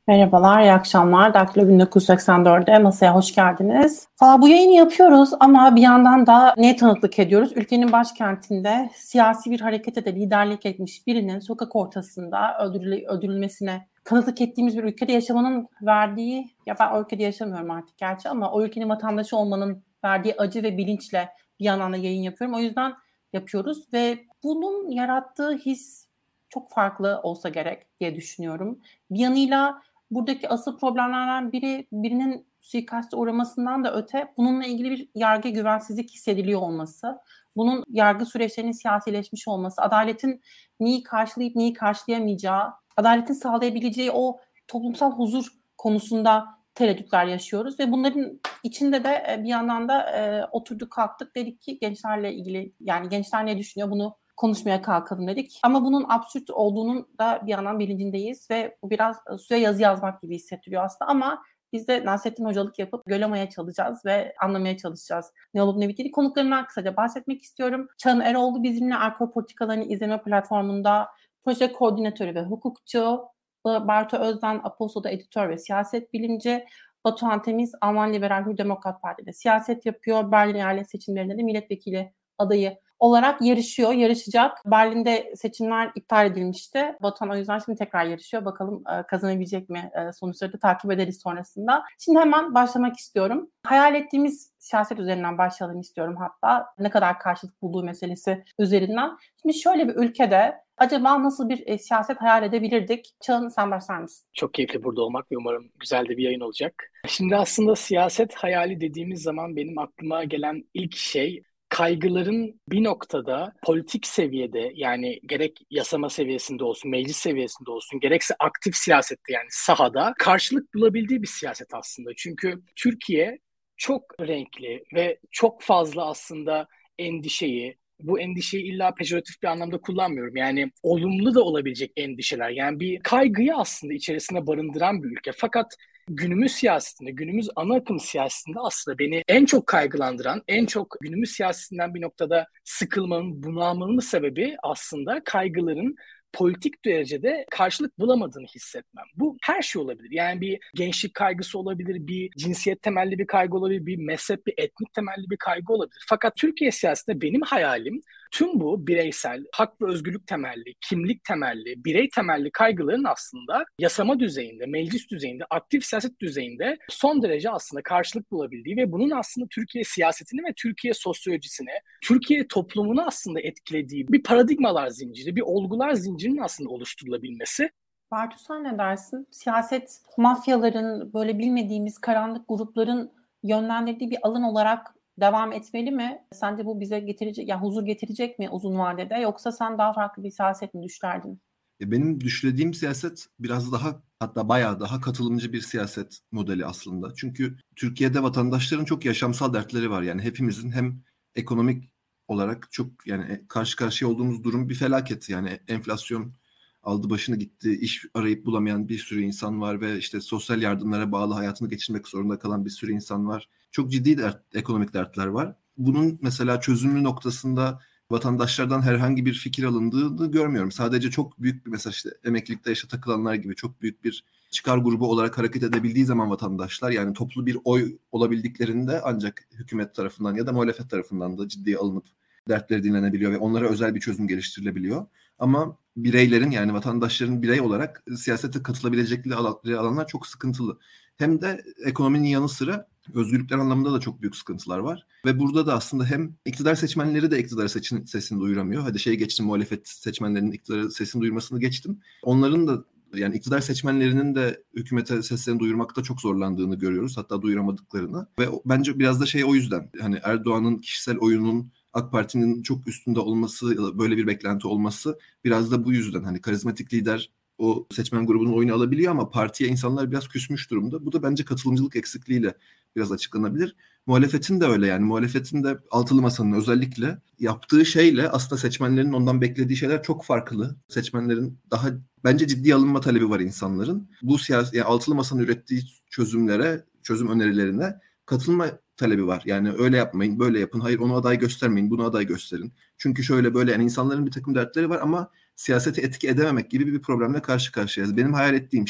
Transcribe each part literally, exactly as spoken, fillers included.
Merhabalar, iyi akşamlar. Daktilo bin dokuz yüz seksen dörtte masaya hoş geldiniz. Valla bu yayını yapıyoruz ama bir yandan da neye tanıklık ediyoruz? Ülkenin başkentinde siyasi bir harekete de liderlik etmiş birinin sokak ortasında öldürül- öldürülmesine tanıklık ettiğimiz bir ülkede yaşamanın verdiği, ya ben o ülkede yaşamıyorum artık gerçi ama o ülkenin vatandaşı olmanın verdiği acı ve bilinçle bir yandan da yayın yapıyorum. O yüzden yapıyoruz ve bunun yarattığı his çok farklı olsa gerek diye düşünüyorum. Bir yanıyla buradaki asıl problemlerden biri birinin suikaste uğramasından da öte bununla ilgili bir yargı güvensizlik hissediliyor olması, bunun yargı süreçlerinin siyasileşmiş olması, adaletin neyi karşılayıp neyi karşılayamayacağı, adaletin sağlayabileceği o toplumsal huzur konusunda tereddütler yaşıyoruz ve bunların içinde de bir yandan da e, oturduk kalktık dedik ki gençlerle ilgili, yani gençler ne düşünüyor bunu konuşmaya kalkalım dedik. Ama bunun absürt olduğunun da bir yandan bilincindeyiz ve bu biraz suya yazı yazmak gibi hissettiriyor aslında ama biz de Nasrettin Hocalık yapıp gölemeye çalışacağız ve anlamaya çalışacağız. Ne olup ne bittiğini konuklarımdan kısaca bahsetmek istiyorum. Çağın Eroğlu bizimle Erkor Politikalarını izleme platformunda proje koordinatörü ve hukukçu. Bartu Özden Aposto'da editör ve siyaset bilimci. Batuhan Temiz Alman Liberal Hür Demokrat Parti'de siyaset yapıyor. Berlin eyalet seçimlerinde de milletvekili adayı olarak yarışıyor, yarışacak. Berlin'de seçimler iptal edilmişti. Batuhan o yüzden şimdi tekrar yarışıyor. Bakalım kazanabilecek mi? Sonuçları da takip ederiz sonrasında. Şimdi hemen başlamak istiyorum. Hayal ettiğimiz siyaset üzerinden başlayalım istiyorum hatta. Ne kadar karşılık bulduğu meselesi üzerinden. Şimdi şöyle bir ülkede acaba nasıl bir e, siyaset hayal edebilirdik? Çağın, sen başlar mısın? Çok keyifli burada olmak ve umarım güzel de bir yayın olacak. Şimdi aslında siyaset hayali dediğimiz zaman benim aklıma gelen ilk şey kaygıların bir noktada politik seviyede, yani gerek yasama seviyesinde olsun, meclis seviyesinde olsun, gerekse aktif siyasette, yani sahada karşılık bulabildiği bir siyaset aslında. Çünkü Türkiye çok renkli ve çok fazla aslında endişeyi, bu endişeyi illa pejoratif bir anlamda kullanmıyorum. Yani olumlu da olabilecek endişeler. Yani bir kaygıyı aslında içerisine barındıran bir ülke. Fakat günümüz siyasetinde, günümüz ana akım siyasetinde aslında beni en çok kaygılandıran, en çok günümüz siyasetinden bir noktada sıkılmanın, bunalmanın sebebi aslında kaygıların politik derecede karşılık bulamadığını hissetmem. Bu her şey olabilir. Yani bir gençlik kaygısı olabilir, bir cinsiyet temelli bir kaygı olabilir, bir mezhep, bir etnik temelli bir kaygı olabilir. Fakat Türkiye siyasetinde benim hayalim tüm bu bireysel, hak ve özgürlük temelli, kimlik temelli, birey temelli kaygıların aslında yasama düzeyinde, meclis düzeyinde, aktif siyaset düzeyinde son derece aslında karşılık bulabildiği ve bunun aslında Türkiye siyasetini ve Türkiye sosyolojisini, Türkiye toplumunu aslında etkilediği bir paradigmalar zinciri, bir olgular zincirinin aslında oluşturulabilmesi. Bartu, sen ne dersin? Siyaset mafyaların, böyle bilmediğimiz karanlık grupların yönlendirdiği bir alan olarak devam etmeli mi? Sence bu bize getirecek, ya huzur getirecek mi uzun vadede? Yoksa sen daha farklı bir siyaset mi düşlerdin? E, Benim düşlediğim siyaset biraz daha, hatta bayağı daha katılımcı bir siyaset modeli aslında. Çünkü Türkiye'de vatandaşların çok yaşamsal dertleri var. Yani hepimizin hem ekonomik olarak çok, yani e, karşı karşıya olduğumuz durum bir felaket. Yani enflasyon aldı başını gitti. İş arayıp bulamayan bir sürü insan var ve işte sosyal yardımlara bağlı hayatını geçirmek zorunda kalan bir sürü insan var. Çok ciddi dert, ekonomik dertler var. Bunun mesela çözümlü noktasında vatandaşlardan herhangi bir fikir alındığını görmüyorum. Sadece çok büyük bir, mesela işte emeklilikte yaşa takılanlar gibi çok büyük bir çıkar grubu olarak hareket edebildiği zaman vatandaşlar, yani toplu bir oy olabildiklerinde ancak hükümet tarafından ya da muhalefet tarafından da ciddiye alınıp dertleri dinlenebiliyor ve onlara özel bir çözüm geliştirilebiliyor. Ama bireylerin, yani vatandaşların birey olarak siyasete katılabilecekleri alanlar çok sıkıntılı. Hem de ekonominin yanı sıra özgürlükler anlamında da çok büyük sıkıntılar var. Ve burada da aslında hem iktidar seçmenleri de iktidar seçin, sesini duyuramıyor. Hadi şey geçtim, muhalefet seçmenlerinin iktidar sesini duyurmasını geçtim. Onların da, yani iktidar seçmenlerinin de hükümete seslerini duyurmakta çok zorlandığını görüyoruz. Hatta duyuramadıklarını. Ve bence biraz da şey o yüzden. Hani Erdoğan'ın kişisel oyunun AK Parti'nin çok üstünde olması, böyle bir beklenti olması biraz da bu yüzden. Hani karizmatik lider o seçmen grubunun oyunu alabiliyor ama partiye insanlar biraz küsmüş durumda. Bu da bence katılımcılık eksikliğiyle biraz açıklanabilir. Muhalefetin de öyle, yani muhalefetin de altılı masanın özellikle yaptığı şeyle aslında seçmenlerin ondan beklediği şeyler çok farklı. Seçmenlerin daha bence ciddi alınma talebi var insanların. Bu siyasi, yani altılı masanın ürettiği çözümlere, çözüm önerilerine katılma talebi var. Yani öyle yapmayın, böyle yapın. Hayır, onu aday göstermeyin, bunu aday gösterin. Çünkü şöyle böyle, yani insanların bir takım dertleri var ama siyasete etki edememek gibi bir problemle karşı karşıyayız. Benim hayal ettiğim şey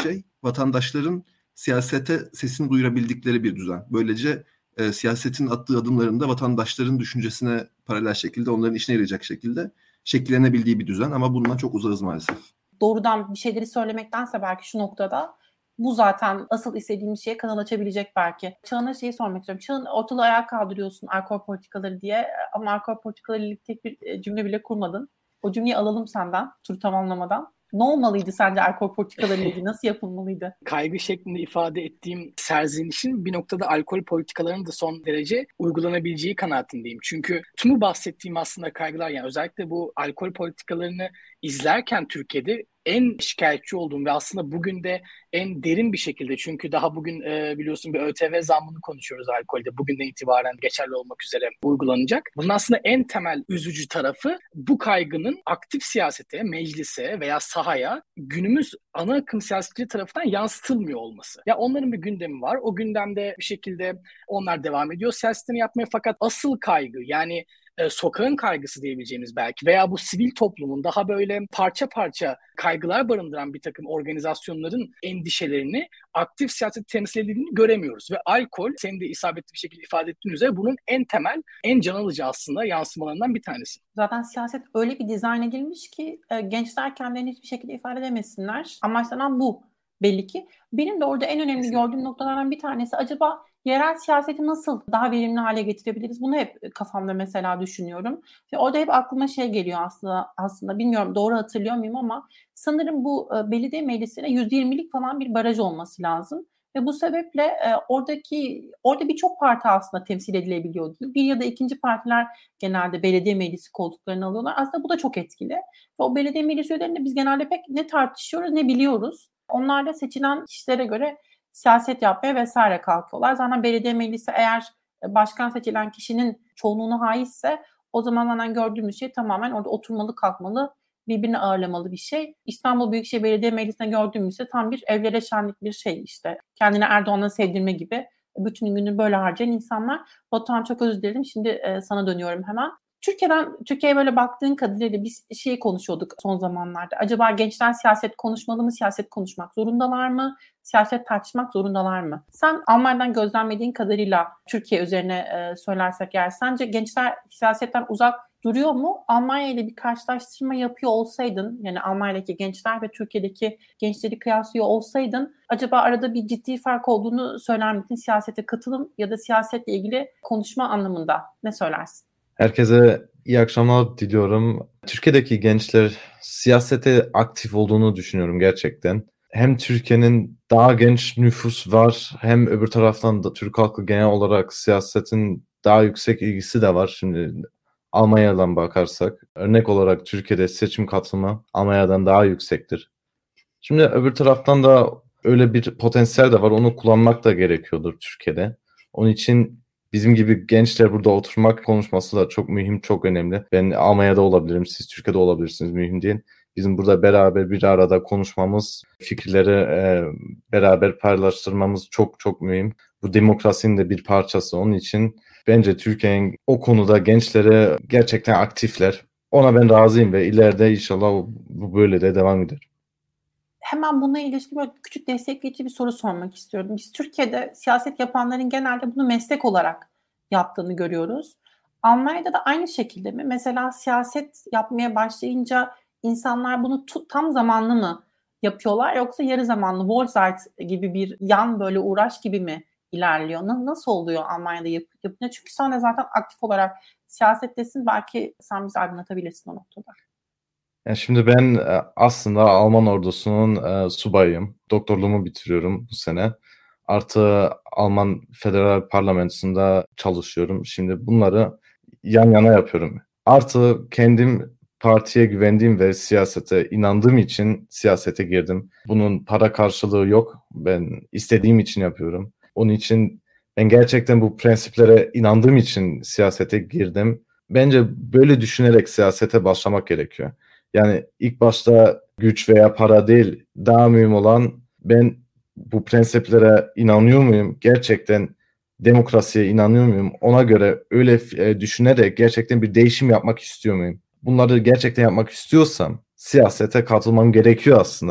vatandaşların siyasete sesini duyurabildikleri bir düzen. Böylece e, siyasetin attığı adımlarında vatandaşların düşüncesine paralel şekilde, onların işine yarayacak şekilde şekillenebildiği bir düzen ama bundan çok uzağız maalesef. Doğrudan bir şeyleri söylemektense belki şu noktada bu zaten asıl istediğimiz şeye kanal açabilecek belki. Çağan'a şeyi sormak istiyorum. Çağan, ortalığı ayağa kaldırıyorsun alkol politikaları diye ama alkol politikaları ile tek bir cümle bile kurmadın. O cümleyi alalım senden tur tamamlamadan. Ne olmalıydı sence alkol politikaları ile ilgili? Nasıl yapılmalıydı? Kaygı şeklinde ifade ettiğim serzenişin bir noktada alkol politikalarının da son derece uygulanabileceği kanaatindeyim. Çünkü tüm bu bahsettiğim aslında kaygılar, yani özellikle bu alkol politikalarını izlerken Türkiye'de en şikayetçi olduğum ve aslında bugün de en derin bir şekilde, çünkü daha bugün e, biliyorsun bir ÖTV zammını konuşuyoruz alkolde. Bugünden itibaren geçerli olmak üzere uygulanacak. Bunun aslında en temel üzücü tarafı bu kaygının aktif siyasete, meclise veya sahaya günümüz ana akım siyasetçileri tarafından yansıtılmıyor olması. Ya onların bir gündemi var. O gündemde bir şekilde onlar devam ediyor siyasetini yapmaya, fakat asıl kaygı, yani e, sokağın kaygısı diyebileceğimiz belki veya bu sivil toplumun daha böyle parça parça kaygılar barındıran bir takım organizasyonların endişelerini aktif siyaset temsil edildiğini göremiyoruz. Ve alkol, senin de isabetli bir şekilde ifade ettiğin üzere, bunun en temel, en can alıcı aslında yansımalarından bir tanesi. Zaten siyaset öyle bir dizayn edilmiş ki e, gençler kendilerini hiçbir şekilde ifade edemesinler. Amaçlanan bu belli ki. Benim de orada en önemli Kesinlikle. gördüğüm noktalardan bir tanesi, acaba yerel siyaseti nasıl daha verimli hale getirebiliriz? Bunu hep kafamda mesela düşünüyorum. Ve orada hep aklıma şey geliyor aslında, aslında bilmiyorum doğru hatırlıyor muyum ama sanırım bu e, belediye meclisine yüzde yirmilik falan bir baraj olması lazım. Ve bu sebeple e, oradaki orada birçok parti aslında temsil edilebiliyor değil. Bir ya da ikinci partiler genelde belediye meclisi koltuklarını alıyorlar. Aslında bu da çok etkili. Ve o belediye meclisi üyelerinde biz genelde pek ne tartışıyoruz ne biliyoruz. Onlar da seçilen kişilere göre siyaset yapmaya vesaire kalkıyorlar. Zaten belediye meclisi eğer başkan seçilen kişinin çoğunluğuna haizse o zaman zaten gördüğümüz şey tamamen orada oturmalı, kalkmalı, birbirini ağırlamalı bir şey. İstanbul Büyükşehir Belediye Meclisi'nde gördüğümüzde tam bir evlere şenlik bir şey işte. Kendine Erdoğan'ı sevdirme gibi bütün günü böyle harcayan insanlar. Batuhan, çok özür dilerim. Şimdi e, sana dönüyorum hemen. Türkiye'den Türkiye'ye böyle baktığın kadarıyla biz şeyi konuşuyorduk son zamanlarda. Acaba gençler siyaset konuşmalı mı? Siyaset konuşmak zorundalar mı? Siyaset tartışmak zorundalar mı? Sen Almanya'dan gözlemlediğin kadarıyla Türkiye üzerine e, söylersek eğer, sence gençler siyasetten uzak duruyor mu? Almanya ile bir karşılaştırma yapıyor olsaydın, yani Almanya'daki gençler ve Türkiye'deki gençleri kıyaslıyor olsaydın, acaba arada bir ciddi fark olduğunu söyler misin? Siyasete katılım ya da siyasetle ilgili konuşma anlamında ne söylersin? Herkese iyi akşamlar diliyorum. Türkiye'deki gençler siyasete aktif olduğunu düşünüyorum gerçekten. Hem Türkiye'nin daha genç nüfus var, hem öbür taraftan da Türk halkı genel olarak siyasetin daha yüksek ilgisi de var. Şimdi Almanya'dan bakarsak, örnek olarak Türkiye'de seçim katılımı Almanya'dan daha yüksektir. Şimdi öbür taraftan da öyle bir potansiyel de var, onu kullanmak da gerekiyordur Türkiye'de. Onun için bizim gibi gençler burada oturmak, konuşması da çok mühim, çok önemli. Ben Almanya'da olabilirim, siz Türkiye'de olabilirsiniz, mühim değil. Bizim burada beraber bir arada konuşmamız, fikirleri e, beraber paylaştırmamız çok çok mühim. Bu demokrasinin de bir parçası. Onun için bence Türkiye'nin o konuda gençlere gerçekten aktifler. Ona ben razıyım ve ileride inşallah bu böyle de devam eder. Hemen bununla ilişkin böyle küçük destekleyici bir soru sormak istiyorum. Biz Türkiye'de siyaset yapanların genelde bunu meslek olarak yaptığını görüyoruz. Almanya'da da aynı şekilde mi? Mesela siyaset yapmaya başlayınca insanlar bunu tu- tam zamanlı mı yapıyorlar, yoksa yarı zamanlı Vollzeit gibi bir yan böyle uğraş gibi mi ilerliyor? N- nasıl oluyor Almanya'da yap- yapınca? Çünkü sen de zaten aktif olarak siyasettesin. Belki sen bizi aydınlatabilirsin o noktada. Yani şimdi ben aslında Alman ordusunun e, subayıyım. Doktorluğumu bitiriyorum bu sene. Artı Alman Federal Parlamentosu'nda çalışıyorum. Şimdi bunları yan yana yapıyorum. Artı kendim partiye güvendiğim ve siyasete inandığım için siyasete girdim. Bunun para karşılığı yok. Ben istediğim için yapıyorum. Onun için ben gerçekten bu prensiplere inandığım için siyasete girdim. Bence böyle düşünerek siyasete başlamak gerekiyor. Yani ilk başta güç veya para değil, daha mühim olan ben bu prensiplere inanıyor muyum? Gerçekten demokrasiye inanıyor muyum? Ona göre öyle e, düşünerek gerçekten bir değişim yapmak istiyor muyum? Bunları gerçekten yapmak istiyorsam siyasete katılmam gerekiyor aslında.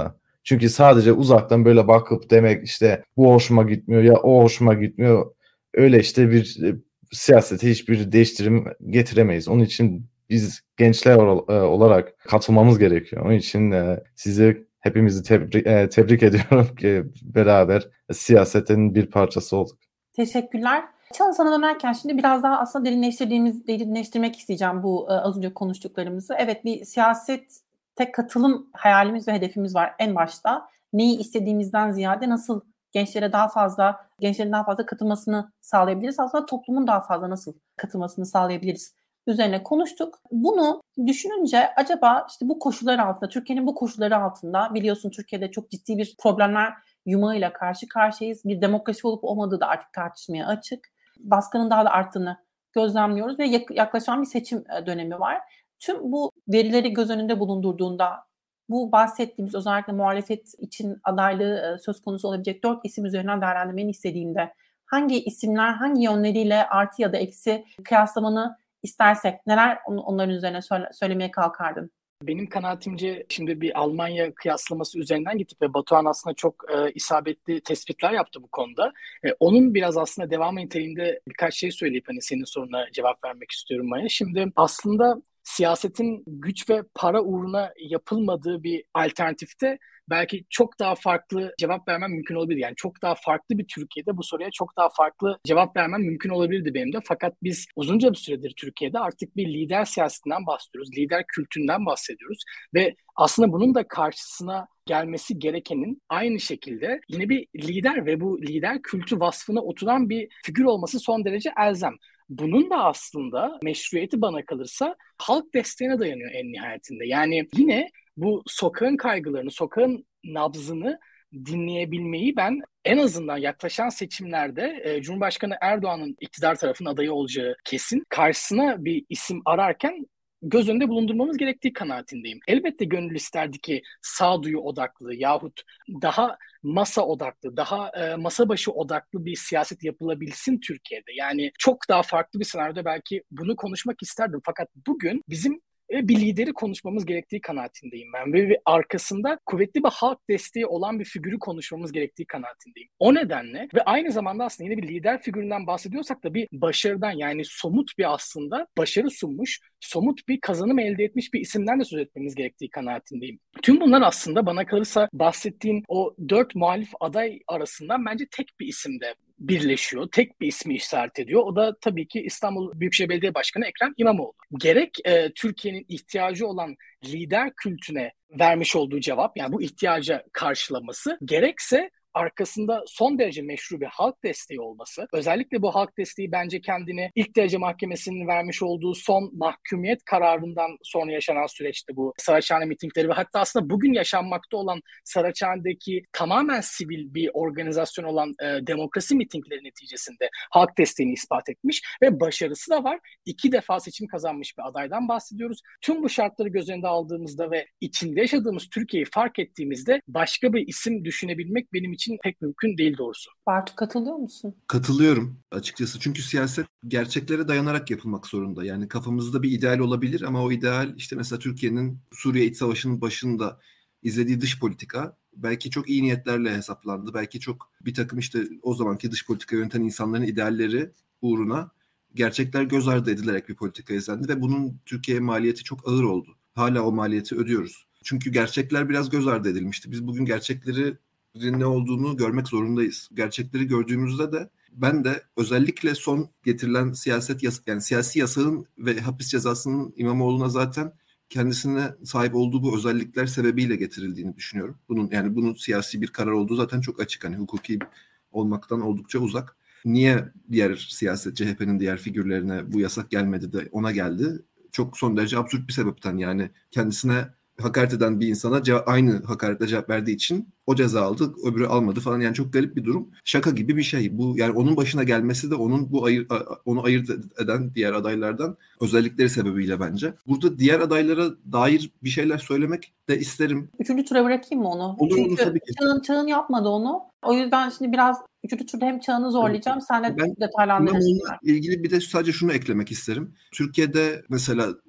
Çünkü sadece uzaktan böyle bakıp demek işte bu hoşuma gitmiyor ya o hoşuma gitmiyor. Öyle işte bir e, siyasete hiçbir değiştirim getiremeyiz. Onun için biz gençler olarak katılmamız gerekiyor. Onun için e, sizi hepimizi tebrik, e, tebrik ediyorum ki beraber siyasetin bir parçası olduk. Teşekkürler. Çağla, sana dönerken şimdi biraz daha aslında derinleştirdiğimiz, derinleştirmek isteyeceğim bu az önce konuştuklarımızı. Evet, bir siyasete katılım hayalimiz ve hedefimiz var en başta. Neyi istediğimizden ziyade nasıl gençlere daha fazla, gençlerin daha fazla katılmasını sağlayabiliriz? Aslında toplumun daha fazla nasıl katılmasını sağlayabiliriz üzerine konuştuk. Bunu düşününce acaba işte bu koşullar altında, Türkiye'nin bu koşulları altında, biliyorsun Türkiye'de çok ciddi bir problemler yumağıyla karşı karşıyayız. Bir demokrasi olup olmadığı da artık tartışmaya açık. Baskının daha da arttığını gözlemliyoruz ve yaklaşan bir seçim dönemi var. Tüm bu verileri göz önünde bulundurduğunda bu bahsettiğimiz özellikle muhalefet için adaylığı söz konusu olabilecek dört isim üzerinden değerlendirmeni istediğimde hangi isimler hangi yönleriyle artı ya da eksi kıyaslamanı istersek neler onların üzerine söyle, söylemeye kalkardın? Benim kanaatimce şimdi bir Almanya kıyaslaması üzerinden gittik ve Batuhan aslında çok e, isabetli tespitler yaptı bu konuda. E, onun biraz aslında devam niteliğinde birkaç şey söyleyip hani senin soruna cevap vermek istiyorum Maya. Şimdi aslında siyasetin güç ve para uğruna yapılmadığı bir alternatifte belki çok daha farklı cevap vermem mümkün olabilir. Yani çok daha farklı bir Türkiye'de bu soruya çok daha farklı cevap vermem mümkün olabilirdi benim de. Fakat biz uzunca bir süredir Türkiye'de artık bir lider siyasetinden bahsediyoruz. Lider kültüründen bahsediyoruz. Ve aslında bunun da karşısına gelmesi gerekenin aynı şekilde yine bir lider ve bu lider kültü vasfına oturan bir figür olması son derece elzem. Bunun da aslında meşruiyeti bana kalırsa halk desteğine dayanıyor en nihayetinde. Yani yine bu sokağın kaygılarını, sokağın nabzını dinleyebilmeyi ben en azından yaklaşan seçimlerde e, Cumhurbaşkanı Erdoğan'ın iktidar tarafının adayı olacağı kesin karşısına bir isim ararken göz önünde bulundurmamız gerektiği kanaatindeyim. Elbette gönül isterdi ki sağduyu odaklı yahut daha masa odaklı, daha e, masa başı odaklı bir siyaset yapılabilsin Türkiye'de. Yani çok daha farklı bir senaryoda belki bunu konuşmak isterdim. Fakat bugün bizim bir lideri konuşmamız gerektiği kanaatindeyim ben. Ve bir arkasında kuvvetli bir halk desteği olan bir figürü konuşmamız gerektiği kanaatindeyim. O nedenle ve aynı zamanda aslında yine bir lider figüründen bahsediyorsak da bir başarıdan yani somut bir aslında başarı sunmuş, somut bir kazanım elde etmiş bir isimden de söz etmemiz gerektiği kanaatindeyim. Tüm bunlar aslında bana kalırsa bahsettiğin o dört muhalif aday arasından bence tek bir isimde birleşiyor. Tek bir ismi işaret ediyor. O da tabii ki İstanbul Büyükşehir Belediye Başkanı Ekrem İmamoğlu. Gerek e, Türkiye'nin ihtiyacı olan lider kültüne vermiş olduğu cevap, yani bu ihtiyaca karşılaması, gerekse arkasında son derece meşru bir halk desteği olması, özellikle bu halk desteği bence kendini ilk derece mahkemesinin vermiş olduğu son mahkumiyet kararından sonra yaşanan süreçte bu Saraçhane mitingleri ve hatta aslında bugün yaşanmakta olan Saraçhane'deki tamamen sivil bir organizasyon olan e, demokrasi mitingleri neticesinde halk desteğini ispat etmiş ve başarısı da var. İki defa seçim kazanmış bir adaydan bahsediyoruz. Tüm bu şartları göz önünde aldığımızda ve içinde yaşadığımız Türkiye'yi fark ettiğimizde başka bir isim düşünebilmek benim için pek mümkün değil doğrusu. Bartu, katılıyor musun? Katılıyorum açıkçası. Çünkü siyaset gerçeklere dayanarak yapılmak zorunda. Yani kafamızda bir ideal olabilir ama o ideal işte mesela Türkiye'nin Suriye İç Savaşı'nın başında izlediği dış politika belki çok iyi niyetlerle hesaplandı. Belki çok bir takım işte o zamanki dış politika yöneten insanların idealleri uğruna gerçekler göz ardı edilerek bir politika izlendi ve bunun Türkiye'ye maliyeti çok ağır oldu. Hala o maliyeti ödüyoruz. Çünkü gerçekler biraz göz ardı edilmişti. Biz bugün gerçekleri ne olduğunu görmek zorundayız. Gerçekleri gördüğümüzde de ben de özellikle son getirilen siyaset yas- yani siyasi yasağın ve hapis cezasının İmamoğlu'na zaten kendisine sahip olduğu bu özellikler sebebiyle getirildiğini düşünüyorum. Bunun yani bunun siyasi bir karar olduğu zaten çok açık, hani hukuki olmaktan oldukça uzak. Niye diğer siyaset C H P'nin diğer figürlerine bu yasak gelmedi de ona geldi? Çok son derece absürt bir sebepten, yani kendisine hakaret eden bir insana ceva- aynı hakaretle cevap verdiği için o ceza aldı, öbürü almadı falan. Yani çok garip bir durum. Şaka gibi bir şey. Bu yani onun başına gelmesi de onun bu ayır, onu ayırt eden diğer adaylardan özellikleri sebebiyle bence. Burada diğer adaylara dair bir şeyler söylemek de isterim. Üçüncü tura bırakayım mı onu? Olur, Çünkü olur, tabii ki. Çağın, Çağın yapmadı onu. O yüzden şimdi biraz üçüncü turda hem Çağın'ı zorlayacağım. Sen de Ben detaylandırırsın. İmamoğlu'na ilgili bir de sadece şunu eklemek isterim. Türkiye'de mesela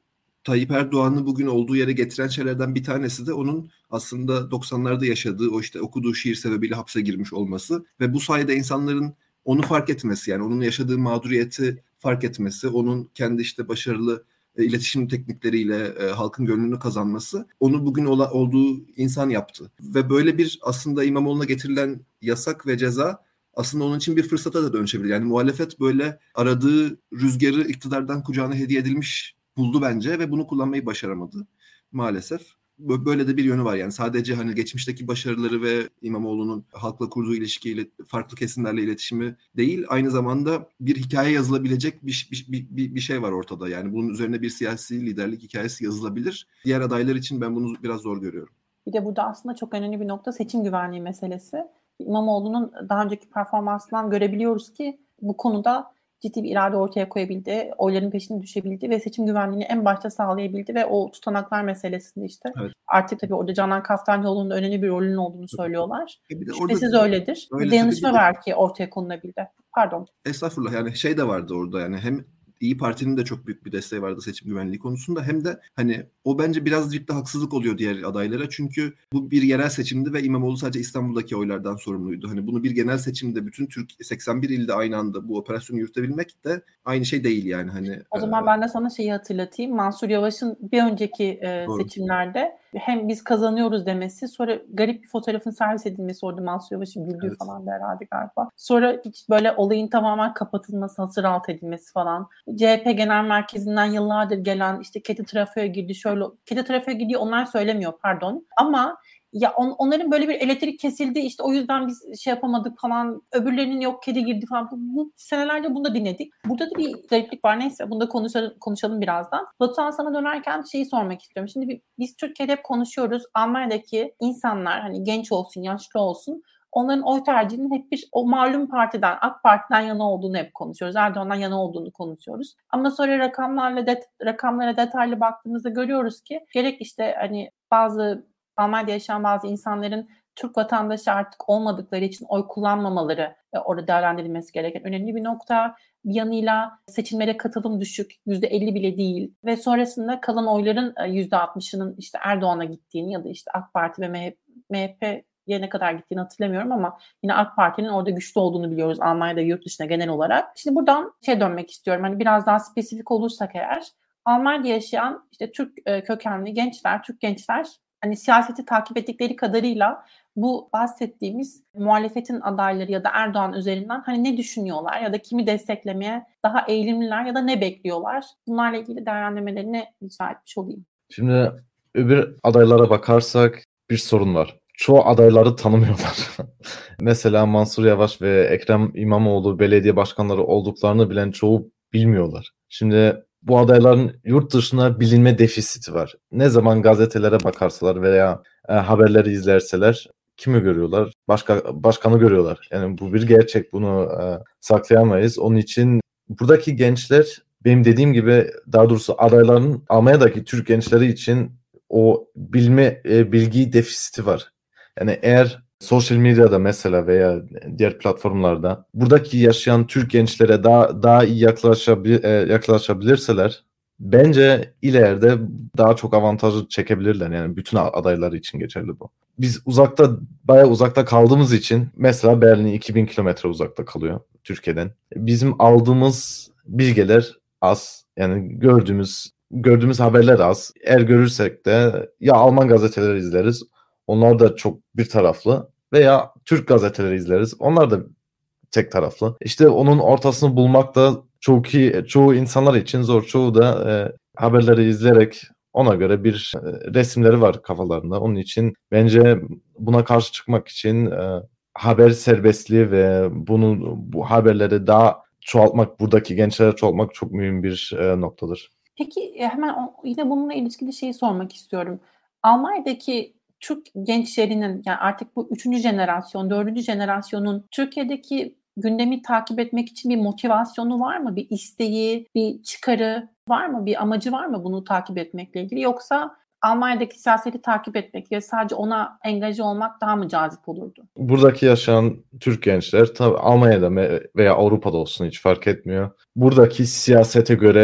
Tayyip Erdoğan'ı bugün olduğu yere getiren şeylerden bir tanesi de onun aslında doksanlarda yaşadığı, o işte okuduğu şiir sebebiyle hapse girmiş olması ve bu sayede insanların onu fark etmesi, yani onun yaşadığı mağduriyeti fark etmesi, onun kendi işte başarılı e, iletişim teknikleriyle e, halkın gönlünü kazanması onu bugün ola, olduğu insan yaptı. Ve böyle bir aslında İmamoğlu'na getirilen yasak ve ceza aslında onun için bir fırsata da dönüşebilir. Yani muhalefet böyle aradığı rüzgarı iktidardan kucağına hediye edilmiş buldu bence ve bunu kullanmayı başaramadı maalesef. Böyle de bir yönü var, yani sadece hani geçmişteki başarıları ve İmamoğlu'nun halkla kurduğu ilişkiyle, farklı kesimlerle iletişimi değil, aynı zamanda bir hikaye yazılabilecek bir, bir, bir, bir şey var ortada. Yani bunun üzerine bir siyasi liderlik hikayesi yazılabilir. Diğer adaylar için ben bunu biraz zor görüyorum. Bir de burada aslında çok önemli bir nokta seçim güvenliği meselesi. İmamoğlu'nun daha önceki performansından görebiliyoruz ki bu konuda ciddi bir irade ortaya koyabildi, oyların peşine düşebildi ve seçim güvenliğini en başta sağlayabildi ve o tutanaklar meselesinde işte evet. Artık tabii orada Canan Kaftancıoğlu'nun önemli bir rolünün olduğunu söylüyorlar. E bir de Şüphesiz orada, öyledir. Öyle, bir dayanışma var ki ortaya konulabildi. Pardon. Estağfurullah, yani şey de vardı orada, yani hem İyi Parti'nin de çok büyük bir desteği vardı seçim güvenliği konusunda. Hem de hani o bence birazcık da haksızlık oluyor diğer adaylara. Çünkü bu bir yerel seçimdi ve İmamoğlu sadece İstanbul'daki oylardan sorumluydu. Hani bunu bir genel seçimde bütün Türkiye seksen bir ilde aynı anda bu operasyonu yürütebilmek de aynı şey değil yani. Hani o zaman e, ben de sana şeyi hatırlatayım. Mansur Yavaş'ın bir önceki e, seçimlerde hem biz kazanıyoruz demesi, sonra garip bir fotoğrafın servis edilmesi, orada Mansur Yavaş'ın güldüğü evet. falan da herhalde galiba. Sonra hiç böyle olayın tamamen kapatılması, hasır alt edilmesi falan. C H P Genel Merkezi'nden yıllardır gelen işte kedi trafiğe girdi, şöyle kedi trafiğe gidiyor, onlar söylemiyor pardon. Ama ya on, onların böyle bir elektrik kesildi, işte o yüzden biz şey yapamadık falan, öbürlerinin yok kedi girdi falan. Bu, bu senelerce bunu da dinledik. Burada da bir gariplik var, neyse bunu da konuşalım, konuşalım birazdan. Batuhan, sana dönerken şeyi sormak istiyorum. Şimdi bir, biz Türkiye'de hep konuşuyoruz. Almanya'daki insanlar hani genç olsun, yaşlı olsun, onların oy tercihinin hep bir o malum partiden, AK Parti'den yana olduğunu hep konuşuyoruz. Erdoğan'dan yana olduğunu konuşuyoruz. Ama sonra rakamlarla det, rakamlara detaylı baktığımızda görüyoruz ki gerek işte hani bazı Almanya'da yaşayan bazı insanların Türk vatandaşı artık olmadıkları için oy kullanmamaları e, orada değerlendirilmesi gereken önemli bir nokta. Bir yanıyla seçimlere katılım düşük, yüzde elli bile değil ve sonrasında kalan oyların e, yüzde altmışının işte Erdoğan'a gittiğini ya da işte AK Parti ve M H P ne kadar gittiğini hatırlamıyorum ama yine AK Parti'nin orada güçlü olduğunu biliyoruz Almanya'da, yurt dışında genel olarak. Şimdi buradan şey dönmek istiyorum. Hani biraz daha spesifik olursak eğer, Almanya'da yaşayan işte Türk e, kökenli gençler, Türk gençler hani siyaseti takip ettikleri kadarıyla bu bahsettiğimiz muhalefetin adayları ya da Erdoğan üzerinden hani ne düşünüyorlar ya da kimi desteklemeye daha eğilimliler ya da ne bekliyorlar? Bunlarla ilgili değerlendirmelerini rica etmiş olayım. Şimdi öbür adaylara bakarsak bir sorun var. Çoğu adayları tanımıyorlar. Mesela Mansur Yavaş ve Ekrem İmamoğlu belediye başkanları olduklarını bilen çoğu bilmiyorlar. Şimdi bu adayların yurt dışına bilinme defisiti var. Ne zaman gazetelere bakarsalar veya e, haberleri izlerseler kimi görüyorlar? Başka başkanı görüyorlar. Yani bu bir gerçek. Bunu e, saklayamayız. Onun için buradaki gençler, benim dediğim gibi, daha doğrusu adayların Almanya'daki Türk gençleri için o bilme e, bilgi defisiti var. Yani eğer sosyal medyada mesela veya diğer platformlarda buradaki yaşayan Türk gençlere daha daha iyi yaklaşabil, yaklaşabilirseler bence ileride daha çok avantajı çekebilirler. Yani bütün adaylar için geçerli bu. Biz uzakta, bayağı uzakta kaldığımız için, mesela Berlin iki bin kilometre uzakta kalıyor Türkiye'den. Bizim aldığımız bilgiler az. Yani gördüğümüz gördüğümüz haberler az. Eğer görürsek de ya Alman gazeteleri izleriz. Onlar da çok bir taraflı, veya Türk gazeteleri izleriz. Onlar da tek taraflı. İşte onun ortasını bulmak da çok iyi, çoğu insanlar için zor. Çoğu da e, haberleri izleyerek ona göre bir e, resimleri var kafalarında. Onun için bence buna karşı çıkmak için e, haber serbestliği ve bunu bu haberleri daha çoğaltmak, buradaki gençlere çoğaltmak çok mühim bir e, noktadır. Peki hemen o, yine bununla ilişkili şeyi sormak istiyorum. Almanya'daki Türk gençlerinin, yani artık bu üçüncü jenerasyon, dördüncü jenerasyonun Türkiye'deki gündemi takip etmek için bir motivasyonu var mı? Bir isteği, bir çıkarı var mı? Bir amacı var mı bunu takip etmekle ilgili? Yoksa Almanya'daki siyaseti takip etmek ya sadece ona engaje olmak daha mı cazip olurdu? Buradaki yaşayan Türk gençler, tabii Almanya'da veya Avrupa'da olsun hiç fark etmiyor, buradaki siyasete göre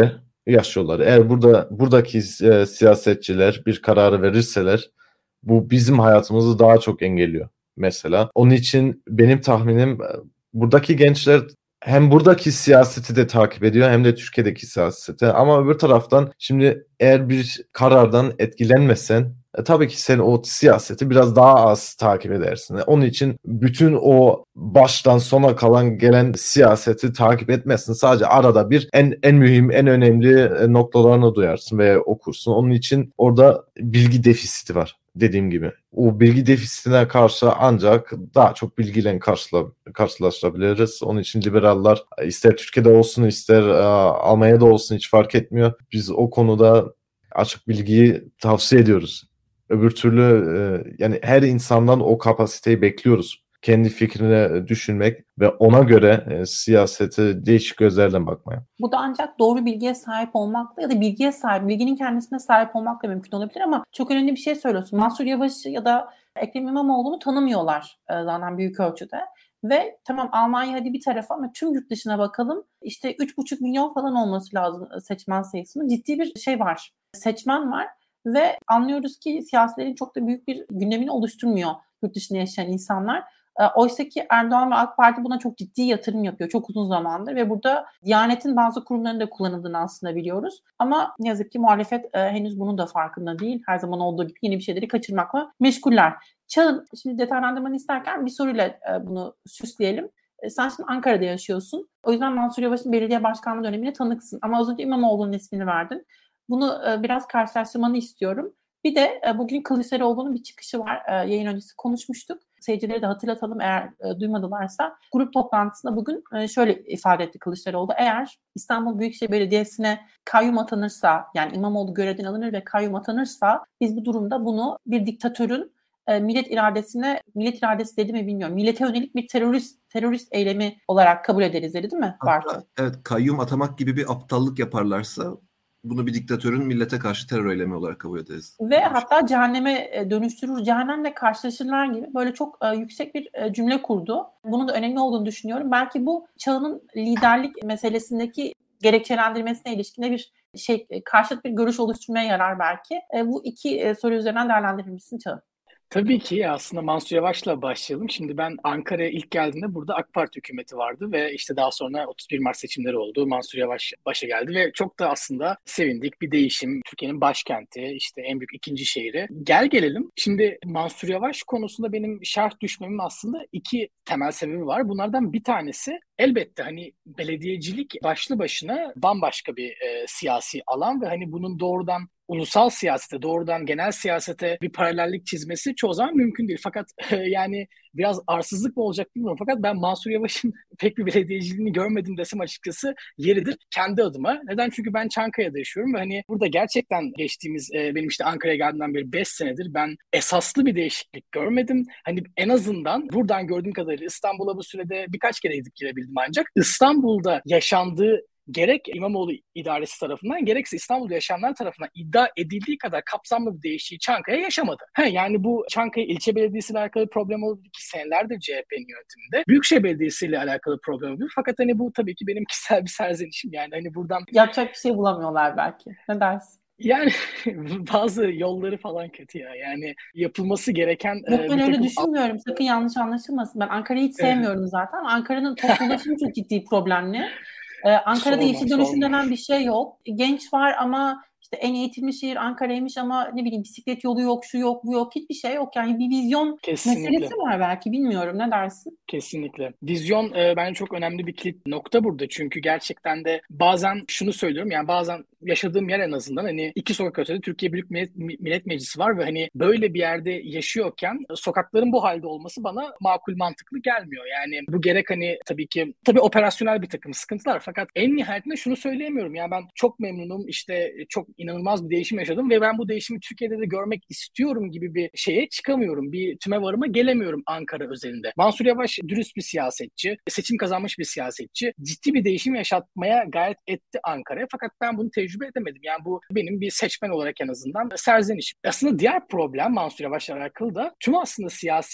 yaşıyorlar. Eğer burada buradaki e, siyasetçiler bir kararı verirseler bu bizim hayatımızı daha çok engelliyor mesela. Onun için benim tahminim e, buradaki gençler hem buradaki siyaseti de takip ediyor hem de Türkiye'deki siyaseti. Ama öbür taraftan şimdi eğer bir karardan etkilenmesen e, tabii ki sen o siyaseti biraz daha az takip edersin. Onun için bütün o baştan sona kalan gelen siyaseti takip etmezsin. Sadece arada bir en en mühim, en önemli noktalarını duyarsın ve okursun. Onun için orada bilgi defisiti var. Dediğim gibi. O bilgi defisitine karşı ancak daha çok bilgiyle karşıla, karşılaşabiliriz. Onun için liberaller ister Türkiye'de olsun ister e, Almanya'da olsun hiç fark etmiyor. Biz o konuda açık bilgiyi tavsiye ediyoruz. Öbür türlü e, yani her insandan o kapasiteyi bekliyoruz. Kendi fikrine düşünmek ve ona göre e, siyasete değişik gözlerden bakmaya. Bu da ancak doğru bilgiye sahip olmakla ya da bilgiye sahip, bilginin kendisine sahip olmakla mümkün olabilir ama çok önemli bir şey söylüyorsun. Mansur Yavaş'ı ya da Ekrem İmamoğlu'nu tanımıyorlar e, zaten büyük ölçüde. Ve tamam Almanya hadi bir tarafa ama tüm yurt dışına bakalım. İşte üç buçuk milyon falan olması lazım seçmen sayısının. Ciddi bir şey var. Seçmen var ve anlıyoruz ki siyasilerin çok da büyük bir gündemini oluşturmuyor yurt dışında yaşayan insanlar. Oysa ki Erdoğan ve AK Parti buna çok ciddi yatırım yapıyor çok uzun zamandır ve burada Diyanet'in bazı kurumlarının da kullanıldığını aslında biliyoruz. Ama ne yazık ki muhalefet e, henüz bunun da farkında değil. Her zaman olduğu gibi yeni bir şeyleri kaçırmakla meşguller. Çağın, şimdi detaylandırmanı isterken bir soruyla e, bunu süsleyelim. E, sen şimdi Ankara'da yaşıyorsun. O yüzden Mansur Yavaş'ın belediye başkanlığı dönemine tanıksın. Ama az önce İmamoğlu'nun ismini verdin. Bunu e, biraz karşılaştırmanı istiyorum. Bir de e, bugün Kılıçdaroğlu'nun bir çıkışı var. E, yayın öncesi konuşmuştuk. Seyircileri de hatırlatalım eğer e, duymadılarsa. Grup toplantısında bugün e, şöyle ifade etti Kılıçdaroğlu. Eğer İstanbul Büyükşehir Belediyesi'ne kayyum atanırsa, yani İmamoğlu görevden alınır ve kayyum atanırsa biz bu durumda bunu bir diktatörün e, millet iradesine, millet iradesi dedi mi bilmiyorum, millete yönelik bir terörist terörist eylemi olarak kabul ederiz dedi değil mi Bartu? Evet, kayyum atamak gibi bir aptallık yaparlarsa bunu bir diktatörün millete karşı terör eylemi olarak kabul ederiz. Ve hatta cehenneme dönüştürür, cehennemle karşılaşırlar gibi böyle çok e, yüksek bir e, cümle kurdu. Bunun da önemli olduğunu düşünüyorum. Belki bu Çağ'ın liderlik meselesindeki gerekçelendirmesine ilişkin bir şey, karşıt bir görüş oluşturmaya yarar belki. E, bu iki e, soru üzerinden değerlendirir misin Çağ? Tabii ki aslında Mansur Yavaş'la başlayalım. Şimdi ben Ankara'ya ilk geldiğimde burada AK Parti hükümeti vardı ve işte daha sonra otuz bir Mart seçimleri oldu. Mansur Yavaş başa geldi ve çok da aslında sevindik. Bir değişim, Türkiye'nin başkenti, işte en büyük ikinci şehri. Gel gelelim. Şimdi Mansur Yavaş konusunda benim şerh düşmemin aslında iki temel sebebi var. Bunlardan bir tanesi elbette hani belediyecilik başlı başına bambaşka bir e, siyasi alan ve hani bunun doğrudan ulusal siyasete, doğrudan genel siyasete bir paralellik çizmesi çoğu zaman mümkün değil. Fakat e, yani biraz arsızlık mı olacak bilmiyorum. Fakat ben Mansur Yavaş'ın pek bir belediyeciliğini görmedim desem açıkçası yeridir kendi adıma. Neden? Çünkü ben Çankaya'da yaşıyorum ve hani burada gerçekten geçtiğimiz e, benim işte Ankara'ya geldiğimden beri beş senedir ben esaslı bir değişiklik görmedim. Hani en azından buradan gördüğüm kadarıyla İstanbul'a bu sürede birkaç kere gidip girebildim ancak İstanbul'da yaşandığı gerek İmamoğlu idaresi tarafından gerekse İstanbul'da yaşayanlar tarafından iddia edildiği kadar kapsamlı bir değişikliği Çankaya yaşamadı. He, yani bu Çankaya ilçe belediyesiyle alakalı problem olabilir ki senelerdir C H P'nin yönetiminde. Büyükşehir Belediyesi'yle alakalı problem olabilir. Fakat hani bu tabii ki benim kişisel bir serzenişim yani hani buradan... Yapacak bir şey bulamıyorlar belki. Ne dersin? Yani bazı yolları falan kötü ya. Yani yapılması gereken... Yok ben e, öyle takım... düşünmüyorum. Sakın yanlış anlaşılmasın. Ben Ankara'yı hiç sevmiyorum zaten. Ankara'nın toplu ulaşımı çok ciddi problemli. Ee, Ankara'da sorma, yeşil dönüşüm sorma. denen bir şey yok. Genç var ama işte en eğitimli şehir Ankara'ymış ama ne bileyim bisiklet yolu yok, şu yok, bu yok. Hiçbir şey yok. Yani bir vizyon Kesinlikle. meselesi var belki. Bilmiyorum. Ne dersin? Kesinlikle. Vizyon e, bence çok önemli bir kilit nokta burada. Çünkü gerçekten de bazen şunu söylüyorum yani bazen yaşadığım yer en azından hani iki sokak ötede Türkiye Büyük Millet, Millet Meclisi var ve hani böyle bir yerde yaşıyorken sokakların bu halde olması bana makul mantıklı gelmiyor. Yani bu gerek hani tabii ki tabii operasyonel bir takım sıkıntılar fakat en nihayetinde şunu söyleyemiyorum. Yani ben çok memnunum işte çok inanılmaz bir değişim yaşadım ve ben bu değişimi Türkiye'de de görmek istiyorum gibi bir şeye çıkamıyorum. Bir tüme varıma gelemiyorum Ankara özelinde. Mansur Yavaş dürüst bir siyasetçi, seçim kazanmış bir siyasetçi. Ciddi bir değişim yaşatmaya gayret etti Ankara'ya. Fakat ben bunu tecrübe edemedim. Yani bu benim bir seçmen olarak en azından serzenişim. Aslında diğer problem Mansur Yavaş'la alakalı da tüm aslında siyasi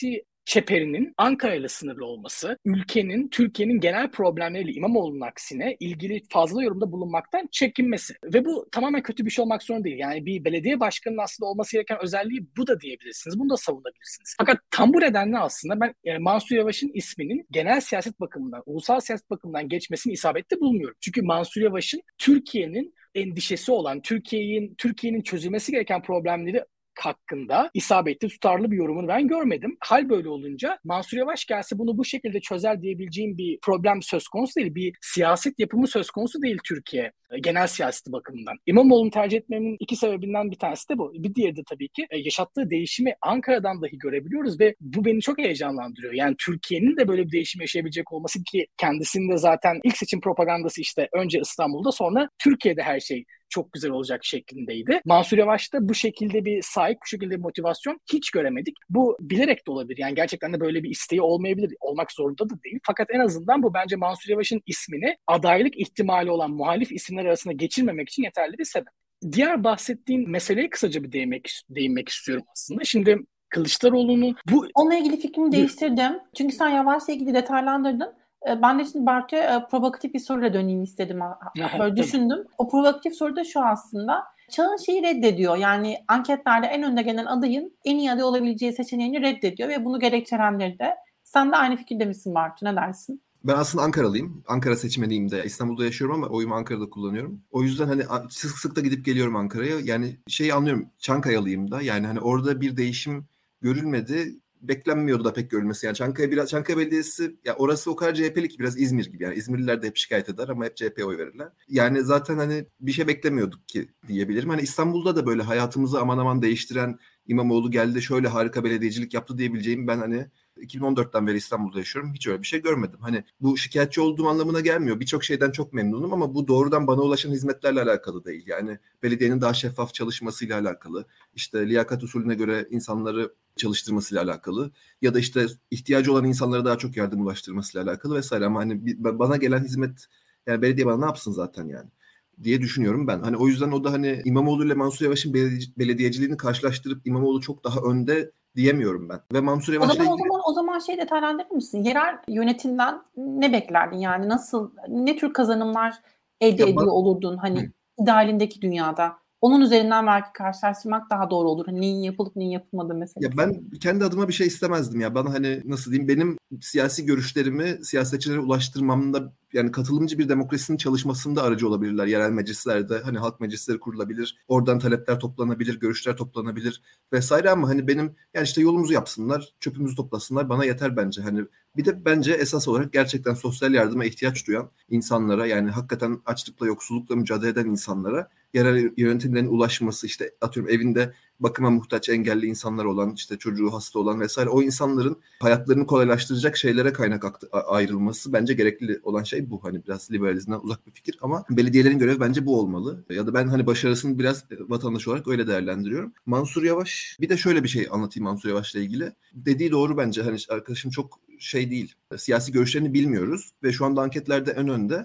çeperinin Ankara ile sınırlı olması, ülkenin, Türkiye'nin genel problemleriyle İmamoğlu'nun aksine ilgili fazla yorumda bulunmaktan çekinmesi. Ve bu tamamen kötü bir şey olmak zorunda değil. Yani bir belediye başkanının aslında olması gereken özelliği bu da diyebilirsiniz. Bunu da savunabilirsiniz. Fakat tam bu nedenle aslında ben yani Mansur Yavaş'ın isminin genel siyaset bakımından, ulusal siyaset bakımından geçmesini isabetli bulmuyorum. Çünkü Mansur Yavaş'ın Türkiye'nin endişesi olan, Türkiye'nin Türkiye'nin çözülmesi gereken problemleri hakkında isabetli, tutarlı bir yorumunu ben görmedim. Hal böyle olunca Mansur Yavaş gelse bunu bu şekilde çözer diyebileceğim bir problem söz konusu değil. Bir siyaset yapımı söz konusu değil Türkiye genel siyaseti bakımından. İmamoğlu'nu tercih etmemin iki sebebinden bir tanesi de bu. Bir diğeri de tabii ki yaşattığı değişimi Ankara'dan dahi görebiliyoruz ve bu beni çok heyecanlandırıyor. Yani Türkiye'nin de böyle bir değişim yaşayabilecek olması ki kendisinde zaten ilk seçim propagandası işte önce İstanbul'da sonra Türkiye'de her şey çok güzel olacak şeklindeydi. Mansur Yavaş'ta bu şekilde bir sahip, bu şekilde bir motivasyon hiç göremedik. Bu bilerek de olabilir. Yani gerçekten de böyle bir isteği olmayabilir. Olmak zorunda da değil. Fakat en azından bu bence Mansur Yavaş'ın ismini adaylık ihtimali olan muhalif isimler arasında geçirmemek için yeterli bir sebep. Diğer bahsettiğin meseleye kısaca bir değinmek, değinmek istiyorum aslında. Şimdi Kılıçdaroğlu'nun bu... Onunla ilgili fikrimi değiştirdim. Çünkü sen Yavaş'la ilgili detaylandırdın. Ben de şimdi Bartu'ya provokatif bir soruyla döneyim istedim. Böyle düşündüm. O provokatif soru da şu aslında. Çağın şeyi reddediyor. Yani anketlerde en önde gelen adayın en iyi aday olabileceği seçeneğini reddediyor ve bunu gerekçelendirdi. Sen de aynı fikirde misin Bartu? Ne dersin? Ben aslında Ankaralıyım. Ankara seçmeniyim de. İstanbul'da yaşıyorum ama oyumu Ankara'da kullanıyorum. O yüzden hani sık sık da gidip geliyorum Ankara'ya. Yani şeyi anlıyorum. Çankayalıyım da. Yani hani orada bir değişim görülmedi. Beklenmiyordu da pek görülmesi. Yani Çankaya biraz Çankaya Belediyesi ya orası o kadar C H P'li ki biraz İzmir gibi. Yani İzmirliler de hep şikayet eder ama hep C H P'ye oy verirler. Yani zaten hani bir şey beklemiyorduk ki diyebilirim. Hani İstanbul'da da böyle hayatımızı aman aman değiştiren İmamoğlu geldi şöyle harika belediyecilik yaptı diyebileceğim ben hani iki bin on dörtten beri İstanbul'da yaşıyorum. Hiç öyle bir şey görmedim. Hani bu şikayetçi olduğum anlamına gelmiyor. Birçok şeyden çok memnunum ama bu doğrudan bana ulaşan hizmetlerle alakalı değil. Yani belediyenin daha şeffaf çalışmasıyla alakalı. İşte liyakat usulüne göre insanları çalıştırmasıyla alakalı ya da işte ihtiyacı olan insanlara daha çok yardım ulaştırmasıyla alakalı vesaire ama hani bana gelen hizmet yani belediye bana ne yapsın zaten yani diye düşünüyorum ben. Hani o yüzden o da hani İmamoğlu ile Mansur Yavaş'ın belediyeciliğini karşılaştırıp İmamoğlu çok daha önde diyemiyorum ben. Ve Mansur Yavaş'la o zaman, ilgili... o zaman o zaman şey detaylandırır mısın? Yerel yönetimden ne beklerdin yani nasıl ne tür kazanımlar elde ya ediyor ba- olurdun hani Hı. idealindeki dünyada? Onun üzerinden belki karşılaştırmak daha doğru olur. Hani neyin yapılıp neyin yapılmadığı mesela. Ya ben kendi adıma bir şey istemezdim ya. Bana hani nasıl diyeyim benim siyasi görüşlerimi siyasetçilere ulaştırmamda yani katılımcı bir demokrasinin çalışmasında aracı olabilirler. Yerel meclislerde hani halk meclisleri kurulabilir. Oradan talepler toplanabilir, görüşler toplanabilir vesaire ama hani benim yani işte yolumuzu yapsınlar, çöpümüzü toplasınlar bana yeter bence. Hani bir de bence esas olarak gerçekten sosyal yardıma ihtiyaç duyan insanlara yani hakikaten açlıkla yoksullukla mücadele eden insanlara yerel yönetimlerin ulaşması işte atıyorum evinde bakıma muhtaç engelli insanlar olan işte çocuğu hasta olan vesaire o insanların hayatlarını kolaylaştıracak şeylere kaynak aktı, ayrılması bence gerekli olan şey bu. Hani biraz liberalizmden uzak bir fikir ama belediyelerin görevi bence bu olmalı. Ya da ben hani başarısını biraz vatandaş olarak öyle değerlendiriyorum. Mansur Yavaş bir de şöyle bir şey anlatayım Mansur Yavaş'la ilgili. Dediği doğru bence hani arkadaşım çok şey değil. Siyasi görüşlerini bilmiyoruz ve şu anda anketlerde en önde